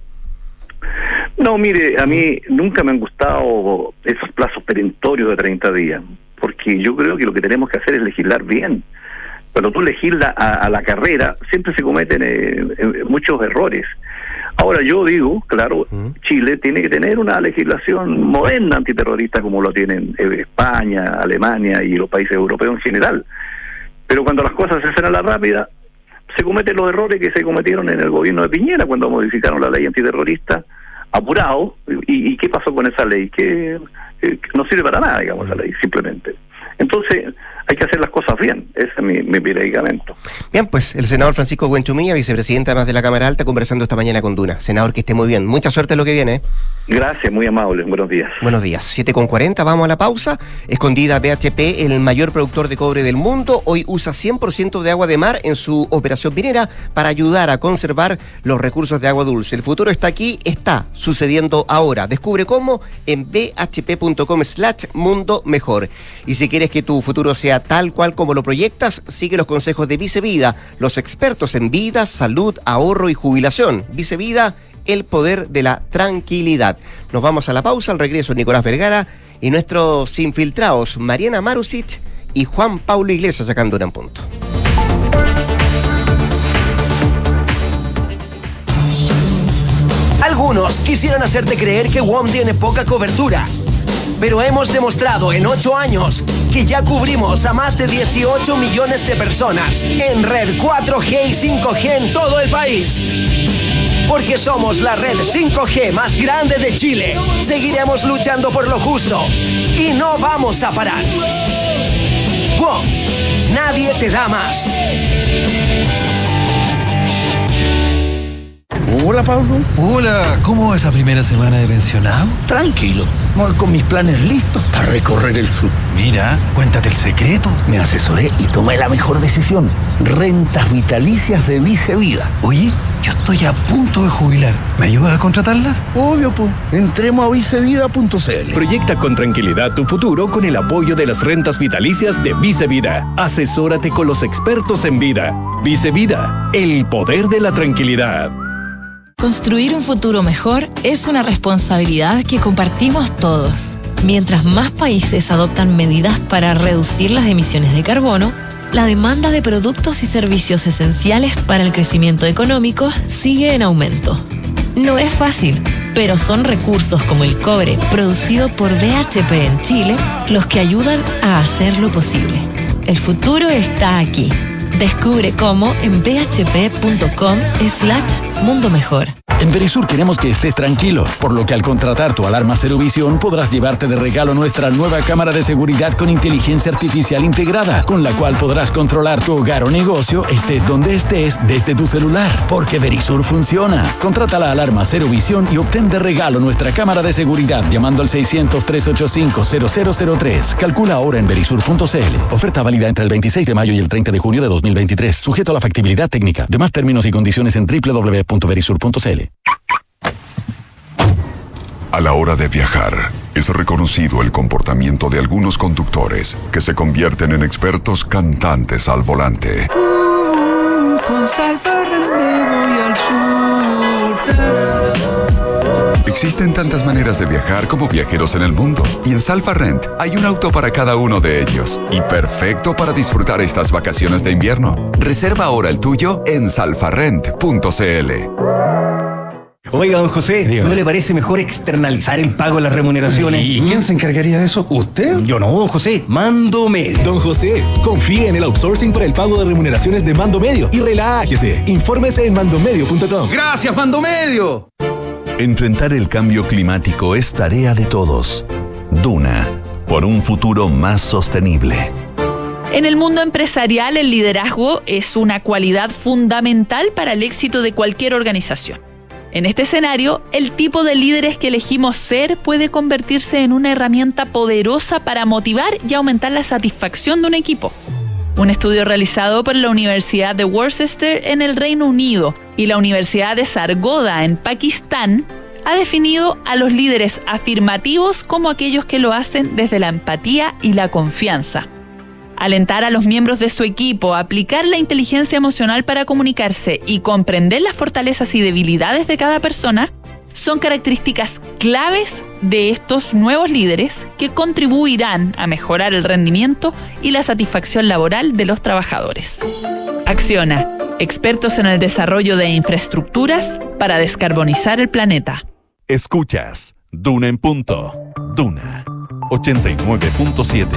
No, mire, a mí nunca me han gustado esos plazos perentorios de treinta días, porque yo creo que lo que tenemos que hacer es legislar bien. Cuando tú legislas a, a la carrera, siempre se cometen eh, eh, muchos errores. Ahora yo digo, claro, Chile tiene que tener una legislación moderna antiterrorista como lo tienen eh, España, Alemania y los países europeos en general. Pero cuando las cosas se hacen a la rápida, se cometen los errores que se cometieron en el gobierno de Piñera cuando modificaron la ley antiterrorista, apurado. ¿Y, y qué pasó con esa ley? Que, que no sirve para nada, digamos, esa ley, simplemente. Entonces, hay que hacer las cosas bien. Ese es mi, mi predicamento. Bien, pues, el senador Francisco Buenchumilla, vicepresidente además de la Cámara Alta, conversando esta mañana con Duna. Senador, que esté muy bien. Mucha suerte en lo que viene. Gracias, muy amable. Buenos días. Buenos días. siete con cuarenta, vamos a la pausa. Escondida B H P, el mayor productor de cobre del mundo, hoy usa cien por ciento de agua de mar en su operación minera para ayudar a conservar los recursos de agua dulce. El futuro está aquí, está sucediendo ahora. Descubre cómo en bhp.com slash mundo mejor. Y si quieres que tu futuro sea tal cual como lo proyectas, sigue los consejos de Vicevida, los expertos en vida, salud, ahorro y jubilación. Vicevida, el poder de la tranquilidad. Nos vamos a la pausa, al regreso Nicolás Vergara y nuestros infiltrados Mariana Marusic y Juan Pablo Iglesias sacando un punto. Algunos quisieran hacerte creer que W O M tiene poca cobertura, pero hemos demostrado en ocho años que ya cubrimos a más de dieciocho millones de personas en red cuatro G y cinco G en todo el país. Porque somos la red cinco G más grande de Chile. Seguiremos luchando por lo justo y no vamos a parar. W O M, nadie te da más. Hola, Pablo. Hola, ¿cómo va esa primera semana de pensionado? Tranquilo, voy con mis planes listos para recorrer el sur. Mira, cuéntate el secreto. Me asesoré y tomé la mejor decisión. Rentas vitalicias de Vicevida. Oye, yo estoy a punto de jubilar. ¿Me ayudas a contratarlas? Obvio, pues. Entremos a vicevida punto c l. Proyecta con tranquilidad tu futuro con el apoyo de las rentas vitalicias de Vicevida. Asesórate con los expertos en vida. Vicevida, el poder de la tranquilidad. Construir un futuro mejor es una responsabilidad que compartimos todos. Mientras más países adoptan medidas para reducir las emisiones de carbono, la demanda de productos y servicios esenciales para el crecimiento económico sigue en aumento. No es fácil, pero son recursos como el cobre producido por B H P en Chile los que ayudan a hacerlo posible. El futuro está aquí. Descubre cómo en bhp.com slash mundo mejor. En Verisur queremos que estés tranquilo, por lo que al contratar tu alarma Cero Visión podrás llevarte de regalo nuestra nueva cámara de seguridad con inteligencia artificial integrada, con la cual podrás controlar tu hogar o negocio, estés donde estés, desde tu celular, porque Verisur funciona. Contrata la alarma Cero Visión y obtén de regalo nuestra cámara de seguridad llamando al seiscientos, trescientos ochenta y cinco, cero cero cero tres. Calcula ahora en verisur punto c l. Oferta válida entre el veintiséis de mayo y el treinta de junio de dos mil veintitrés, sujeto a la factibilidad técnica. Demás términos y condiciones en doble u doble u doble u punto verisur punto c l. A la hora de viajar, es reconocido el comportamiento de algunos conductores que se convierten en expertos cantantes al volante. Uh, con Salva Rent me voy al sur. Existen tantas maneras de viajar como viajeros en el mundo, y en Salva Rent hay un auto para cada uno de ellos, y perfecto para disfrutar estas vacaciones de invierno. Reserva ahora el tuyo en salfarrent punto c l. Oiga, don José, Dígame. ¿no le parece mejor externalizar el pago de las remuneraciones? ¿Y quién se encargaría de eso? ¿Usted? Yo no, don José. Mando Medio. Don José, confíe en el outsourcing para el pago de remuneraciones de Mando Medio y relájese. Infórmese en mandomedio punto com. ¡Gracias, Mando Medio! Enfrentar el cambio climático es tarea de todos. Duna, por un futuro más sostenible. En el mundo empresarial, el liderazgo es una cualidad fundamental para el éxito de cualquier organización. En este escenario, el tipo de líderes que elegimos ser puede convertirse en una herramienta poderosa para motivar y aumentar la satisfacción de un equipo. Un estudio realizado por la Universidad de Worcester en el Reino Unido y la Universidad de Sargodha en Pakistán ha definido a los líderes afirmativos como aquellos que lo hacen desde la empatía y la confianza. Alentar a los miembros de su equipo a aplicar la inteligencia emocional para comunicarse y comprender las fortalezas y debilidades de cada persona son características claves de estos nuevos líderes que contribuirán a mejorar el rendimiento y la satisfacción laboral de los trabajadores. Acciona, expertos en el desarrollo de infraestructuras para descarbonizar el planeta. Escuchas Duna en punto. Duna ochenta y nueve punto siete.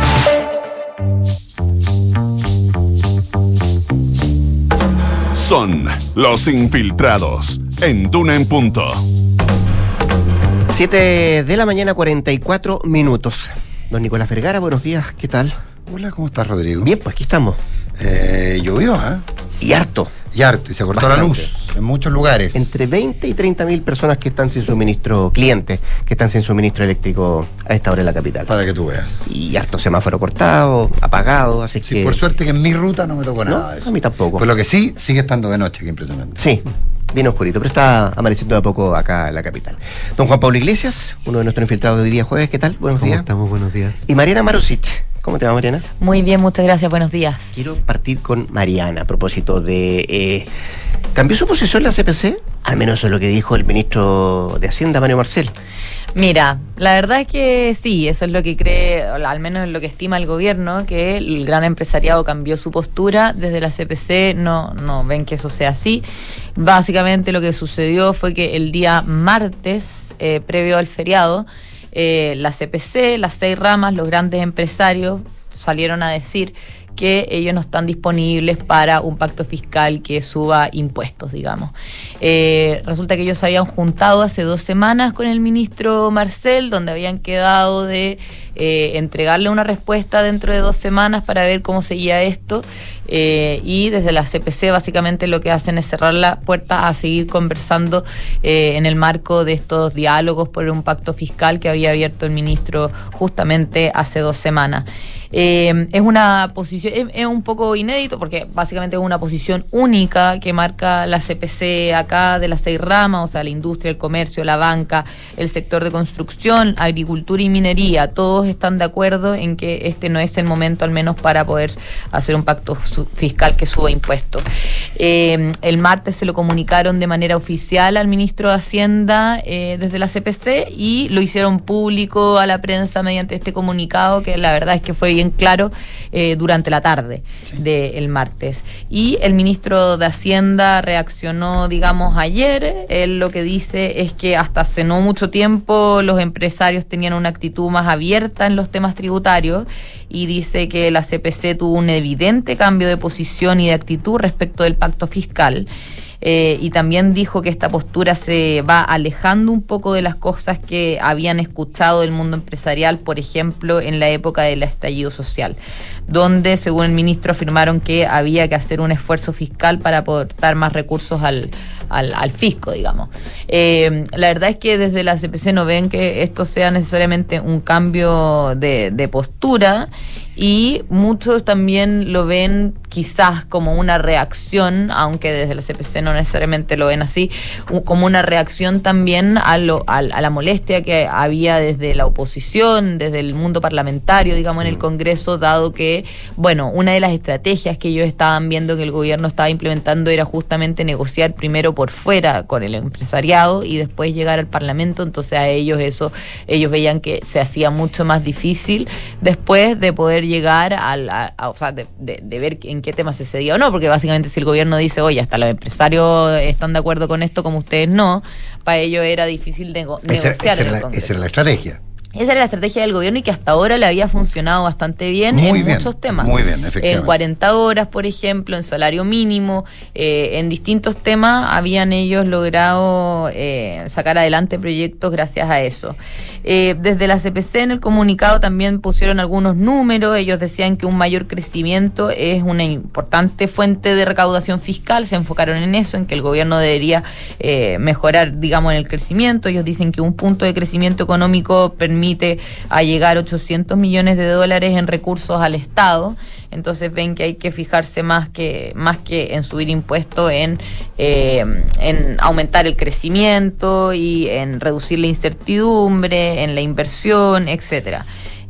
Son los infiltrados en Duna en punto. siete de la mañana, cuarenta y cuatro minutos. Don Nicolás Vergara, buenos días, ¿qué tal? Hola, ¿cómo estás, Rodrigo? Bien, pues aquí estamos. Eh, llovió, ¿eh? Y harto. Y harto, y se cortó Bastante. la luz en muchos lugares. Entre veinte y treinta mil personas que están sin suministro, clientes que están sin suministro eléctrico a esta hora en la capital. Para que tú veas. Y harto semáforo cortado, apagado, así Sí, que... por suerte que en mi ruta no me tocó nada ¿No? de eso. A mí tampoco. Pues lo que sí, sigue estando de noche, qué impresionante. Sí, bien oscurito, pero está amaneciendo de a poco acá en la capital. Don Juan Pablo Iglesias, uno de nuestros infiltrados de hoy día jueves, ¿qué tal? Buenos ¿Cómo días. estamos? Buenos días. Y Mariana Marusic. ¿Cómo te va, Mariana? Muy bien, muchas gracias, buenos días. Quiero partir con Mariana a propósito de... Eh, ¿Cambió su posición la C P C? Al menos eso es lo que dijo el ministro de Hacienda, Mario Marcel. Mira, la verdad es que sí, eso es lo que cree, o al menos es lo que estima el gobierno, que el gran empresariado cambió su postura. Desde la C P C no, no ven que eso sea así. Básicamente lo que sucedió fue que el día martes, eh, previo al feriado, eh, la C P C, las seis ramas, los grandes empresarios salieron a decir que ellos no están disponibles para un pacto fiscal que suba impuestos, digamos. Eh, resulta que ellos se habían juntado hace dos semanas con el ministro Marcel, donde habían quedado de eh, entregarle una respuesta dentro de dos semanas para ver cómo seguía esto, eh, y desde la C P C básicamente lo que hacen es cerrar la puerta a seguir conversando eh, en el marco de estos diálogos por un pacto fiscal que había abierto el ministro justamente hace dos semanas. Eh, es una posición, es, es un poco inédito porque básicamente es una posición única que marca la C P C acá de las seis ramas, o sea, la industria, el comercio, la banca, el sector de construcción, agricultura y minería. Todos están de acuerdo en que este no es el momento, al menos, para poder hacer un pacto fiscal que suba impuestos. Eh, el martes se lo comunicaron de manera oficial al ministro de Hacienda eh, desde la C P C y lo hicieron público a la prensa mediante este comunicado, que la verdad es que fue bien claro eh, durante la tarde sí. del martes. Y el ministro de Hacienda reaccionó, digamos, ayer. Él lo que dice es que hasta hace no mucho tiempo los empresarios tenían una actitud más abierta en los temas tributarios, y dice que la C P C tuvo un evidente cambio de posición y de actitud respecto del pacto fiscal. Eh, y también dijo que esta postura se va alejando un poco de las cosas que habían escuchado del mundo empresarial, por ejemplo, en la época del estallido social, donde, según el ministro, afirmaron que había que hacer un esfuerzo fiscal para aportar más recursos al, al, al fisco, digamos. Eh, la verdad es que desde la C P C no ven que esto sea necesariamente un cambio de, de postura, y muchos también lo ven quizás como una reacción, aunque desde la C P C no necesariamente lo ven así, como una reacción también a, lo, a, a la molestia que había desde la oposición, desde el mundo parlamentario, digamos, en el Congreso, dado que, bueno, una de las estrategias que ellos estaban viendo que el gobierno estaba implementando era justamente negociar primero por fuera con el empresariado y después llegar al Parlamento. Entonces a ellos eso, ellos veían que se hacía mucho más difícil después de poder llegar al, a, a, o sea, de, de, de ver en qué tema se cedía o no, porque básicamente si el gobierno dice, oye, hasta los empresarios están de acuerdo con esto, como ustedes no, para ellos era difícil de, esa, negociar esa en el la, Congreso. Esa era la estrategia. Esa era la estrategia del gobierno y que hasta ahora le había funcionado bastante bien muy en bien, muchos temas. Muy bien, efectivamente. En cuarenta horas, por ejemplo, en salario mínimo, eh, en distintos temas habían ellos logrado eh, sacar adelante proyectos gracias a eso. Eh, desde la C P C en el comunicado también pusieron algunos números. Ellos decían que un mayor crecimiento es una importante fuente de recaudación fiscal. Se enfocaron en eso, en que el gobierno debería eh, mejorar, digamos, en el crecimiento. Ellos dicen que un punto de crecimiento económico permite a llegar ochocientos millones de dólares en recursos al Estado. Entonces ven que hay que fijarse más que más que en subir impuestos, en, eh, en aumentar el crecimiento y en reducir la incertidumbre, en la inversión, etcétera.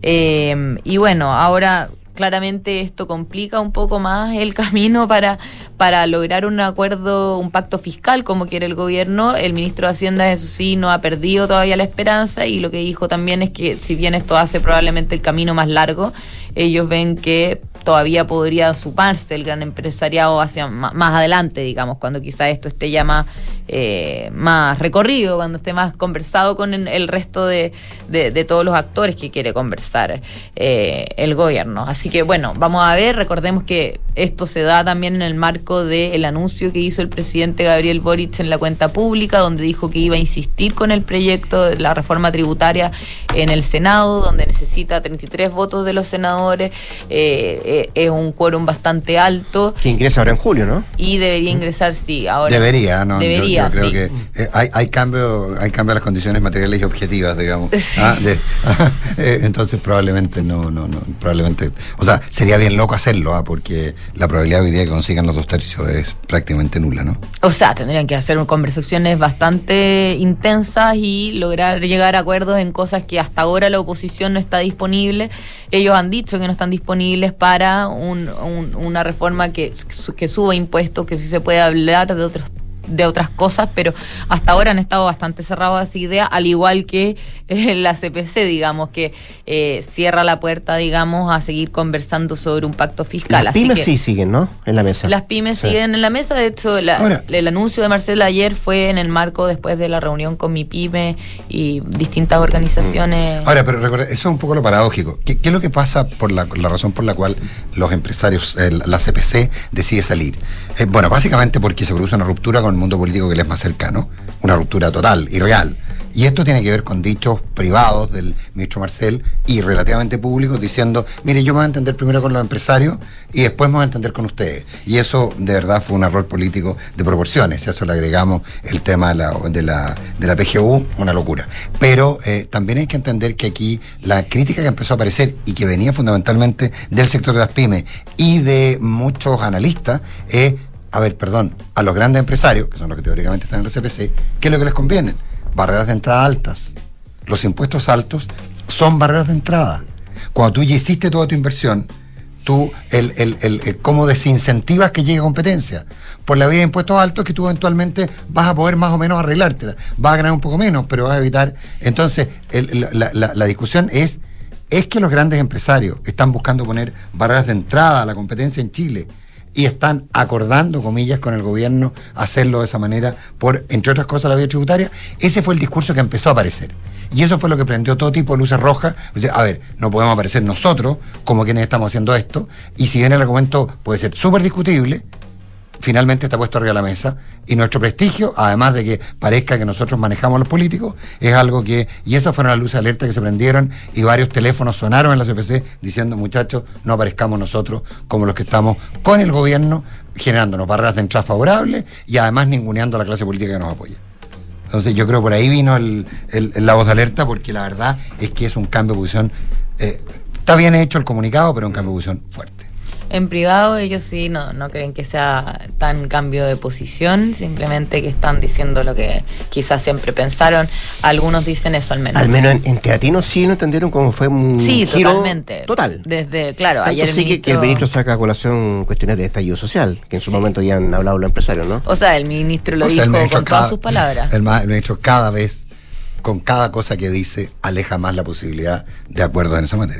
Eh, y bueno, ahora claramente esto complica un poco más el camino para, para lograr un acuerdo, un pacto fiscal como quiere el gobierno. El ministro de Hacienda, eso sí, no ha perdido todavía la esperanza, y lo que dijo también es que si bien esto hace probablemente el camino más largo, ellos ven que todavía podría sumarse el gran empresariado hacia más, más adelante, digamos, cuando quizá esto esté ya más, eh, más recorrido, cuando esté más conversado con el resto de, de, de todos los actores que quiere conversar eh, el gobierno. Así que bueno, vamos a ver, recordemos que esto se da también en el marco del anuncio que hizo el presidente Gabriel Boric en la cuenta pública, donde dijo que iba a insistir con el proyecto de la reforma tributaria en el Senado, donde necesita treinta y tres votos de los senadores. eh, es un quórum bastante alto. Que ingresa ahora en julio, ¿no? Y debería ingresar, sí, ahora. Debería, ¿no? Debería, yo, yo creo sí. que eh, hay, hay cambio, hay cambio a las condiciones materiales y objetivas, digamos. Sí. Ah, de, eh, entonces probablemente no, no, no, probablemente, o sea, sería bien loco hacerlo, ¿ah? Porque la probabilidad hoy día de que consigan los dos tercios es prácticamente nula, ¿no? O sea, tendrían que hacer conversaciones bastante intensas y lograr llegar a acuerdos en cosas que hasta ahora la oposición no está disponible. Ellos han dicho que no están disponibles para un, un, una reforma que, que suba impuestos, que sí se puede hablar de otros de otras cosas, pero hasta ahora han estado bastante cerrados a esa idea, al igual que eh, la C P C, digamos, que eh, cierra la puerta, digamos, a seguir conversando sobre un pacto fiscal. Las Así pymes que sí siguen, ¿no? En la mesa. Las pymes sí. siguen en la mesa. De hecho, la, ahora, el anuncio de Marcela ayer fue en el marco después de la reunión con MIPYME y distintas organizaciones. Ahora, pero recuerda, eso es un poco lo paradójico. ¿Qué, qué es lo que pasa por la, la razón por la cual los empresarios, eh, la C P C decide salir? Eh, bueno, básicamente porque se produce una ruptura con el mundo político que les es más cercano, una ruptura total y real. Y esto tiene que ver con dichos privados del ministro Marcel y relativamente públicos diciendo, mire, yo me voy a entender primero con los empresarios y después me voy a entender con ustedes. Y eso de verdad fue un error político de proporciones. A eso le agregamos el tema de la, de la, de la P G U, una locura. Pero eh, también hay que entender que aquí la crítica que empezó a aparecer y que venía fundamentalmente del sector de las pymes y de muchos analistas es, a ver, perdón, a los grandes empresarios, que son los que teóricamente están en la C P C, ¿qué es lo que les conviene? Barreras de entrada altas. Los impuestos altos son barreras de entrada. Cuando tú ya hiciste toda tu inversión, tú, el, el, el, el cómo desincentivas que llegue competencia. Por la vía de impuestos altos que tú eventualmente vas a poder más o menos arreglártela. Vas a ganar un poco menos, pero vas a evitar. Entonces, el, la, la, la discusión es, es que los grandes empresarios están buscando poner barreras de entrada a la competencia en Chile y están acordando, comillas, con el gobierno hacerlo de esa manera por, entre otras cosas, la vía tributaria. Ese fue el discurso que empezó a aparecer. Y eso fue lo que prendió todo tipo de luces rojas. O sea, a ver, no podemos aparecer nosotros como quienes estamos haciendo esto. Y si bien el argumento puede ser súper discutible, finalmente está puesto arriba de la mesa. Y nuestro prestigio, además de que parezca que nosotros manejamos los políticos, es algo que... Y esas fueron las luces de alerta que se prendieron y varios teléfonos sonaron en la C P C diciendo, muchachos, no aparezcamos nosotros como los que estamos con el gobierno, generándonos barreras de entrada favorables y además ninguneando a la clase política que nos apoya. Entonces yo creo por ahí vino el, el, el la voz de alerta, porque la verdad es que es un cambio de posición. Eh, está bien hecho el comunicado, pero un cambio de posición fuerte. En privado ellos sí no, no creen que sea tan cambio de posición, simplemente que están diciendo lo que quizás siempre pensaron. Algunos dicen eso al menos. Al menos en, en Teatino sí lo entendieron como fue un sí, giro totalmente. Total. Desde, claro, Tanto ayer el sí ministro... que el ministro saca a colación cuestiones de estallido social, que en su sí. momento ya han hablado los empresarios, ¿no? O sea, el ministro lo o sea, dijo ministro con cada, todas sus palabras. El, el ministro cada vez, con cada cosa que dice, aleja más la posibilidad de acuerdo en esa materia.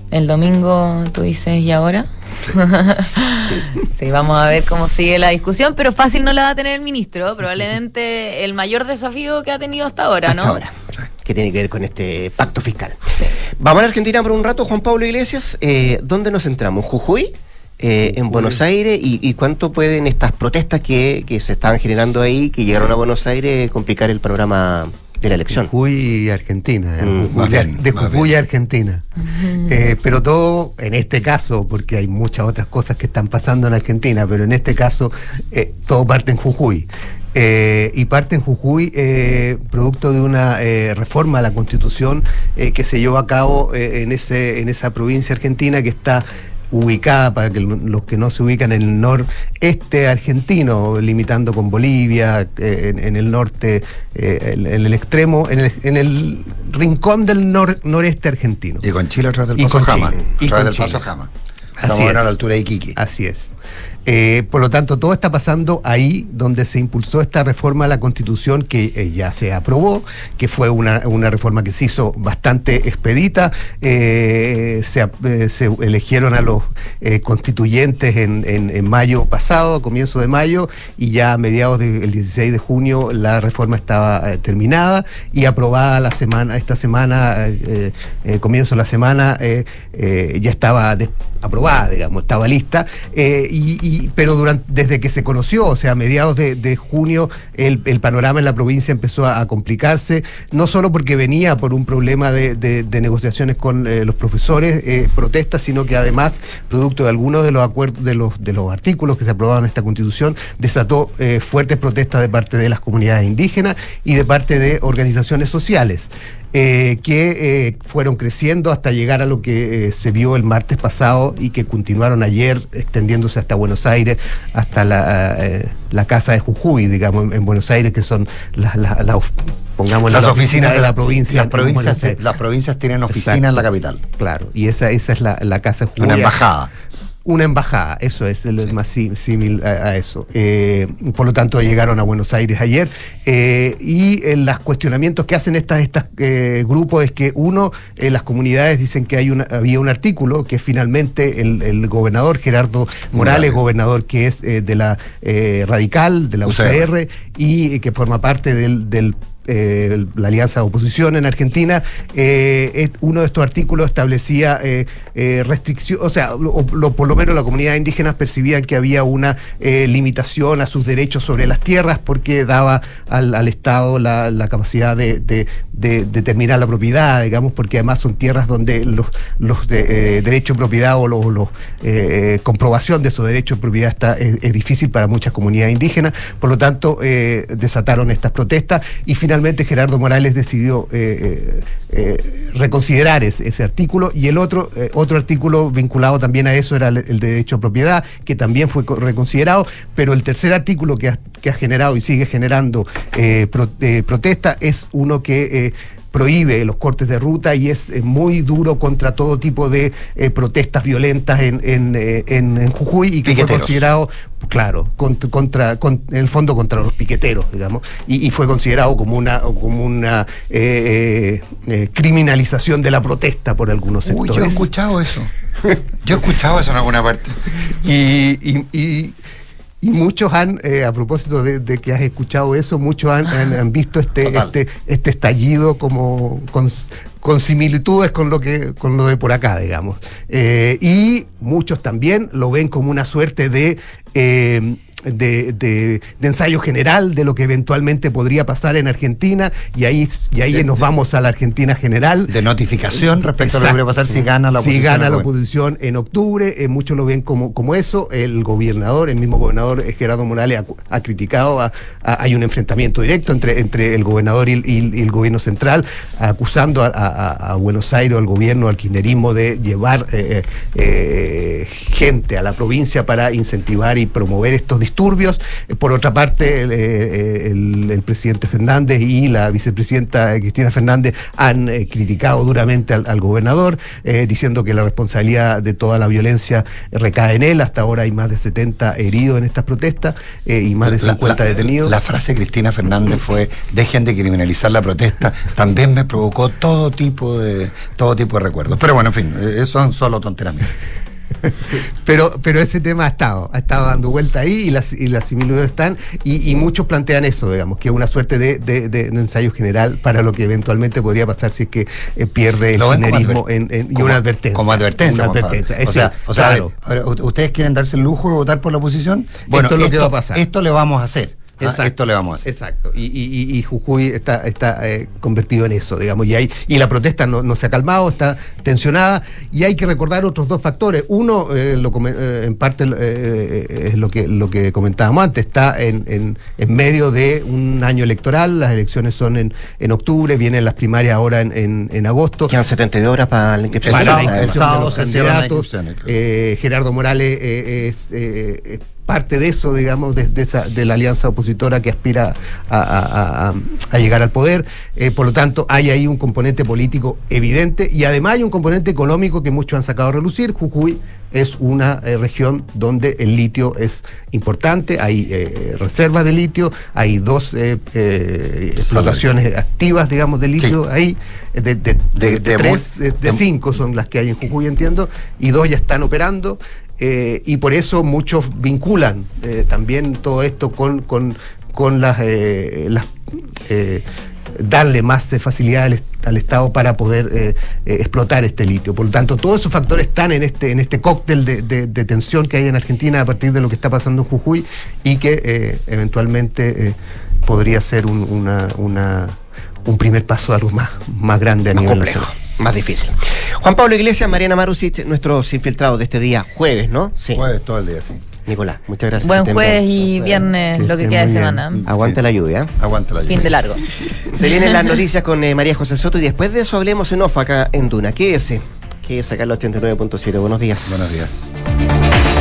El domingo tú dices, ¿y ahora? Sí, vamos a ver cómo sigue la discusión, pero fácil no la va a tener el ministro. Probablemente el mayor desafío que ha tenido hasta ahora, ¿no? Hasta ahora, que tiene que ver con este pacto fiscal. Sí. Vamos a la Argentina por un rato, Juan Pablo Iglesias. Eh, ¿Dónde nos centramos? ¿Jujuy? Eh, en Buenos Aires, y, y cuánto pueden estas protestas que, que se estaban generando ahí, que llegaron a Buenos Aires, complicar el panorama de la elección? Jujuy y Argentina, Mm, Jujuy, bien, de más Jujuy y Argentina. Uh-huh. eh, pero todo, en este caso, porque hay muchas otras cosas que están pasando en Argentina, pero en este caso, eh, todo parte en Jujuy. Eh, y parte en Jujuy eh, producto de una eh, reforma a la Constitución eh, que se llevó a cabo eh, en, ese, en esa provincia argentina que está ubicada, para que los que no se ubican, en el noreste argentino, limitando con Bolivia, eh, en, en el norte, eh, en, en el extremo, en el, en el rincón del nor, noreste argentino. Y con Chile a través del Y Paso con Jama. Chile. A Y través con del Chile. Paso Jama. Así Estamos es. ahora a la altura de Iquique. Así es. Eh, por lo tanto, todo está pasando ahí donde se impulsó esta reforma a la Constitución que eh, ya se aprobó, que fue una, una reforma que se hizo bastante expedita. Eh, se, eh, se eligieron a los eh, constituyentes en, en, en mayo pasado, a comienzo de mayo, y ya a mediados del dieciséis de junio la reforma estaba eh, terminada y aprobada la semana, esta semana, eh, eh, comienzo de la semana, eh, eh, ya estaba de, aprobada, digamos, estaba lista. Eh, y, y pero durante, desde que se conoció, o sea, a mediados de, de junio, el, el panorama en la provincia empezó a, a complicarse, no solo porque venía por un problema de, de, de negociaciones con eh, los profesores, eh, protestas, sino que además, producto de algunos de los acuerdos, de los, de los artículos que se aprobaron en esta Constitución, desató eh, fuertes protestas de parte de las comunidades indígenas y de parte de organizaciones sociales. Eh, que eh, fueron creciendo hasta llegar a lo que eh, se vio el martes pasado y que continuaron ayer, extendiéndose hasta Buenos Aires, hasta la, eh, la casa de Jujuy, digamos, en, en Buenos Aires, que son las, las, las pongamos las la oficinas de la provincia. Las provincias, las provincias tienen oficina Exacto. en la capital. Claro, y esa, esa es la, la casa de Jujuy. Una embajada. Una embajada, eso es el más símil a, a eso. Eh, por lo tanto, llegaron a Buenos Aires ayer eh, y en los cuestionamientos que hacen estas estos eh, grupos es que, uno, eh, las comunidades dicen que hay una, había un artículo que finalmente el, el gobernador Gerardo Morales, Morales. gobernador que es eh, de la eh, Radical, de la U C R, U C R y eh, que forma parte del, del Eh, la alianza de oposición en Argentina, eh, uno de estos artículos establecía eh, eh, restricción, o sea, lo, lo, por lo menos la comunidad indígena percibían que había una eh, limitación a sus derechos sobre las tierras porque daba al, al Estado la, la capacidad de, de, de, de determinar la propiedad, digamos, porque además son tierras donde los, los de, eh, derechos de propiedad o los, los eh, comprobación de esos derechos de propiedad está, es, es difícil para muchas comunidades indígenas, por lo tanto eh, desataron estas protestas y finalmente Finalmente Gerardo Morales decidió eh, eh, reconsiderar ese, ese artículo y el otro eh, otro artículo vinculado también a eso era el, el de derecho a propiedad, que también fue reconsiderado, pero el tercer artículo que ha, que ha generado y sigue generando eh, pro, eh, protesta es uno que eh, prohíbe los cortes de ruta y es eh, muy duro contra todo tipo de eh, protestas violentas en, en, eh, en, en Jujuy y que piqueteros. Fue considerado, claro, contra, contra con, en el fondo contra los piqueteros, digamos, y, y fue considerado como una como una eh, eh, criminalización de la protesta por algunos sectores. Uy, yo he escuchado eso. Yo he escuchado eso en alguna parte. y, y, y Y muchos han, eh, a propósito de, de que has escuchado eso, muchos han, han, han visto este, este este estallido como con, con similitudes con lo que con lo de por acá, digamos. Eh, y muchos también lo ven como una suerte de... Eh, De, de, de ensayo general de lo que eventualmente podría pasar en Argentina y ahí, y ahí nos vamos a la Argentina general. De notificación respecto Exacto. a lo que podría pasar si gana la oposición. Si gana la oposición en octubre, eh, muchos lo ven como, como eso. El gobernador, el mismo gobernador Gerardo Morales ha, ha criticado, a, a, hay un enfrentamiento directo entre, entre el gobernador y, y, y el gobierno central, acusando a, a, a Buenos Aires, al gobierno, al kirchnerismo de llevar eh, eh, gente a la provincia para incentivar y promover estos disturbios. Eh, por otra parte, el, el, el presidente Fernández y la vicepresidenta Cristina Fernández han eh, criticado duramente al, al gobernador, eh, diciendo que la responsabilidad de toda la violencia recae en él. Hasta ahora hay más de setenta heridos en estas protestas eh, y más de cincuenta la, la, detenidos. La frase de Cristina Fernández fue: dejen de criminalizar la protesta. También me provocó todo tipo de todo tipo de recuerdos. Pero bueno, en fin, eh, son solo tonteras mías. Pero, pero ese tema ha estado, ha estado dando vuelta ahí y las, y las similitudes están, y, y muchos plantean eso, digamos, que es una suerte de, de, de, de ensayo general para lo que eventualmente podría pasar si es que eh, pierde el generismo en, en, y como, una advertencia. Como advertencia. Una advertencia. O sea, sí, o sea claro. a ver, ¿ustedes quieren darse el lujo de votar por la oposición? Bueno, esto es lo esto, que va a pasar. Esto le vamos a hacer. Exacto, ah, esto le vamos a hacer. Exacto. Y, y, y Jujuy está, está eh, convertido en eso, digamos. Y, hay, y la protesta no, no se ha calmado, está tensionada. Y hay que recordar otros dos factores. Uno, eh, lo, eh, en parte eh, es lo que, lo que comentábamos antes, está en, en, en medio de un año electoral. Las elecciones son en, en octubre, vienen las primarias ahora en, en, en agosto. Quedan setenta y dos horas para la inscripción. Para la inscripción el sábado de los se cierran las candidatos. inscripciones. Eh, Gerardo Morales eh, es... Eh, parte de eso, digamos, de, de, esa, de la alianza opositora que aspira a, a, a, a llegar al poder. Eh, por lo tanto, hay ahí un componente político evidente y además hay un componente económico que muchos han sacado a relucir. Jujuy es una eh, región donde el litio es importante, hay eh, reservas de litio, hay dos eh, eh, explotaciones activas, digamos, de litio sí. ahí, de, de, de, de, de tres, de, de cinco son las que hay en Jujuy, entiendo, y dos ya están operando. Eh, y por eso muchos vinculan eh, también todo esto con, con, con las, eh, las eh, darle más eh, facilidad al, al Estado para poder eh, eh, explotar este litio. Por lo tanto, todos esos factores están en este, en este cóctel de, de, de tensión que hay en Argentina a partir de lo que está pasando en Jujuy y que eh, eventualmente eh, podría ser un, una, una, un primer paso a algo más, más grande a más nivel complejo. nacional. Más difícil. Juan Pablo Iglesias, Mariana Marusic, nuestros infiltrados de este día, jueves, ¿no? Sí. Jueves todo el día, sí. Nicolás, muchas gracias. Buen jueves y viernes, lo que queda de semana. Aguante la lluvia. Aguante la lluvia. Fin de largo. Se vienen las noticias con eh, María José Soto y después de eso hablemos en off acá en Duna. Quédese. Quédese acá en el ochenta y nueve punto siete. Buenos días. Buenos días.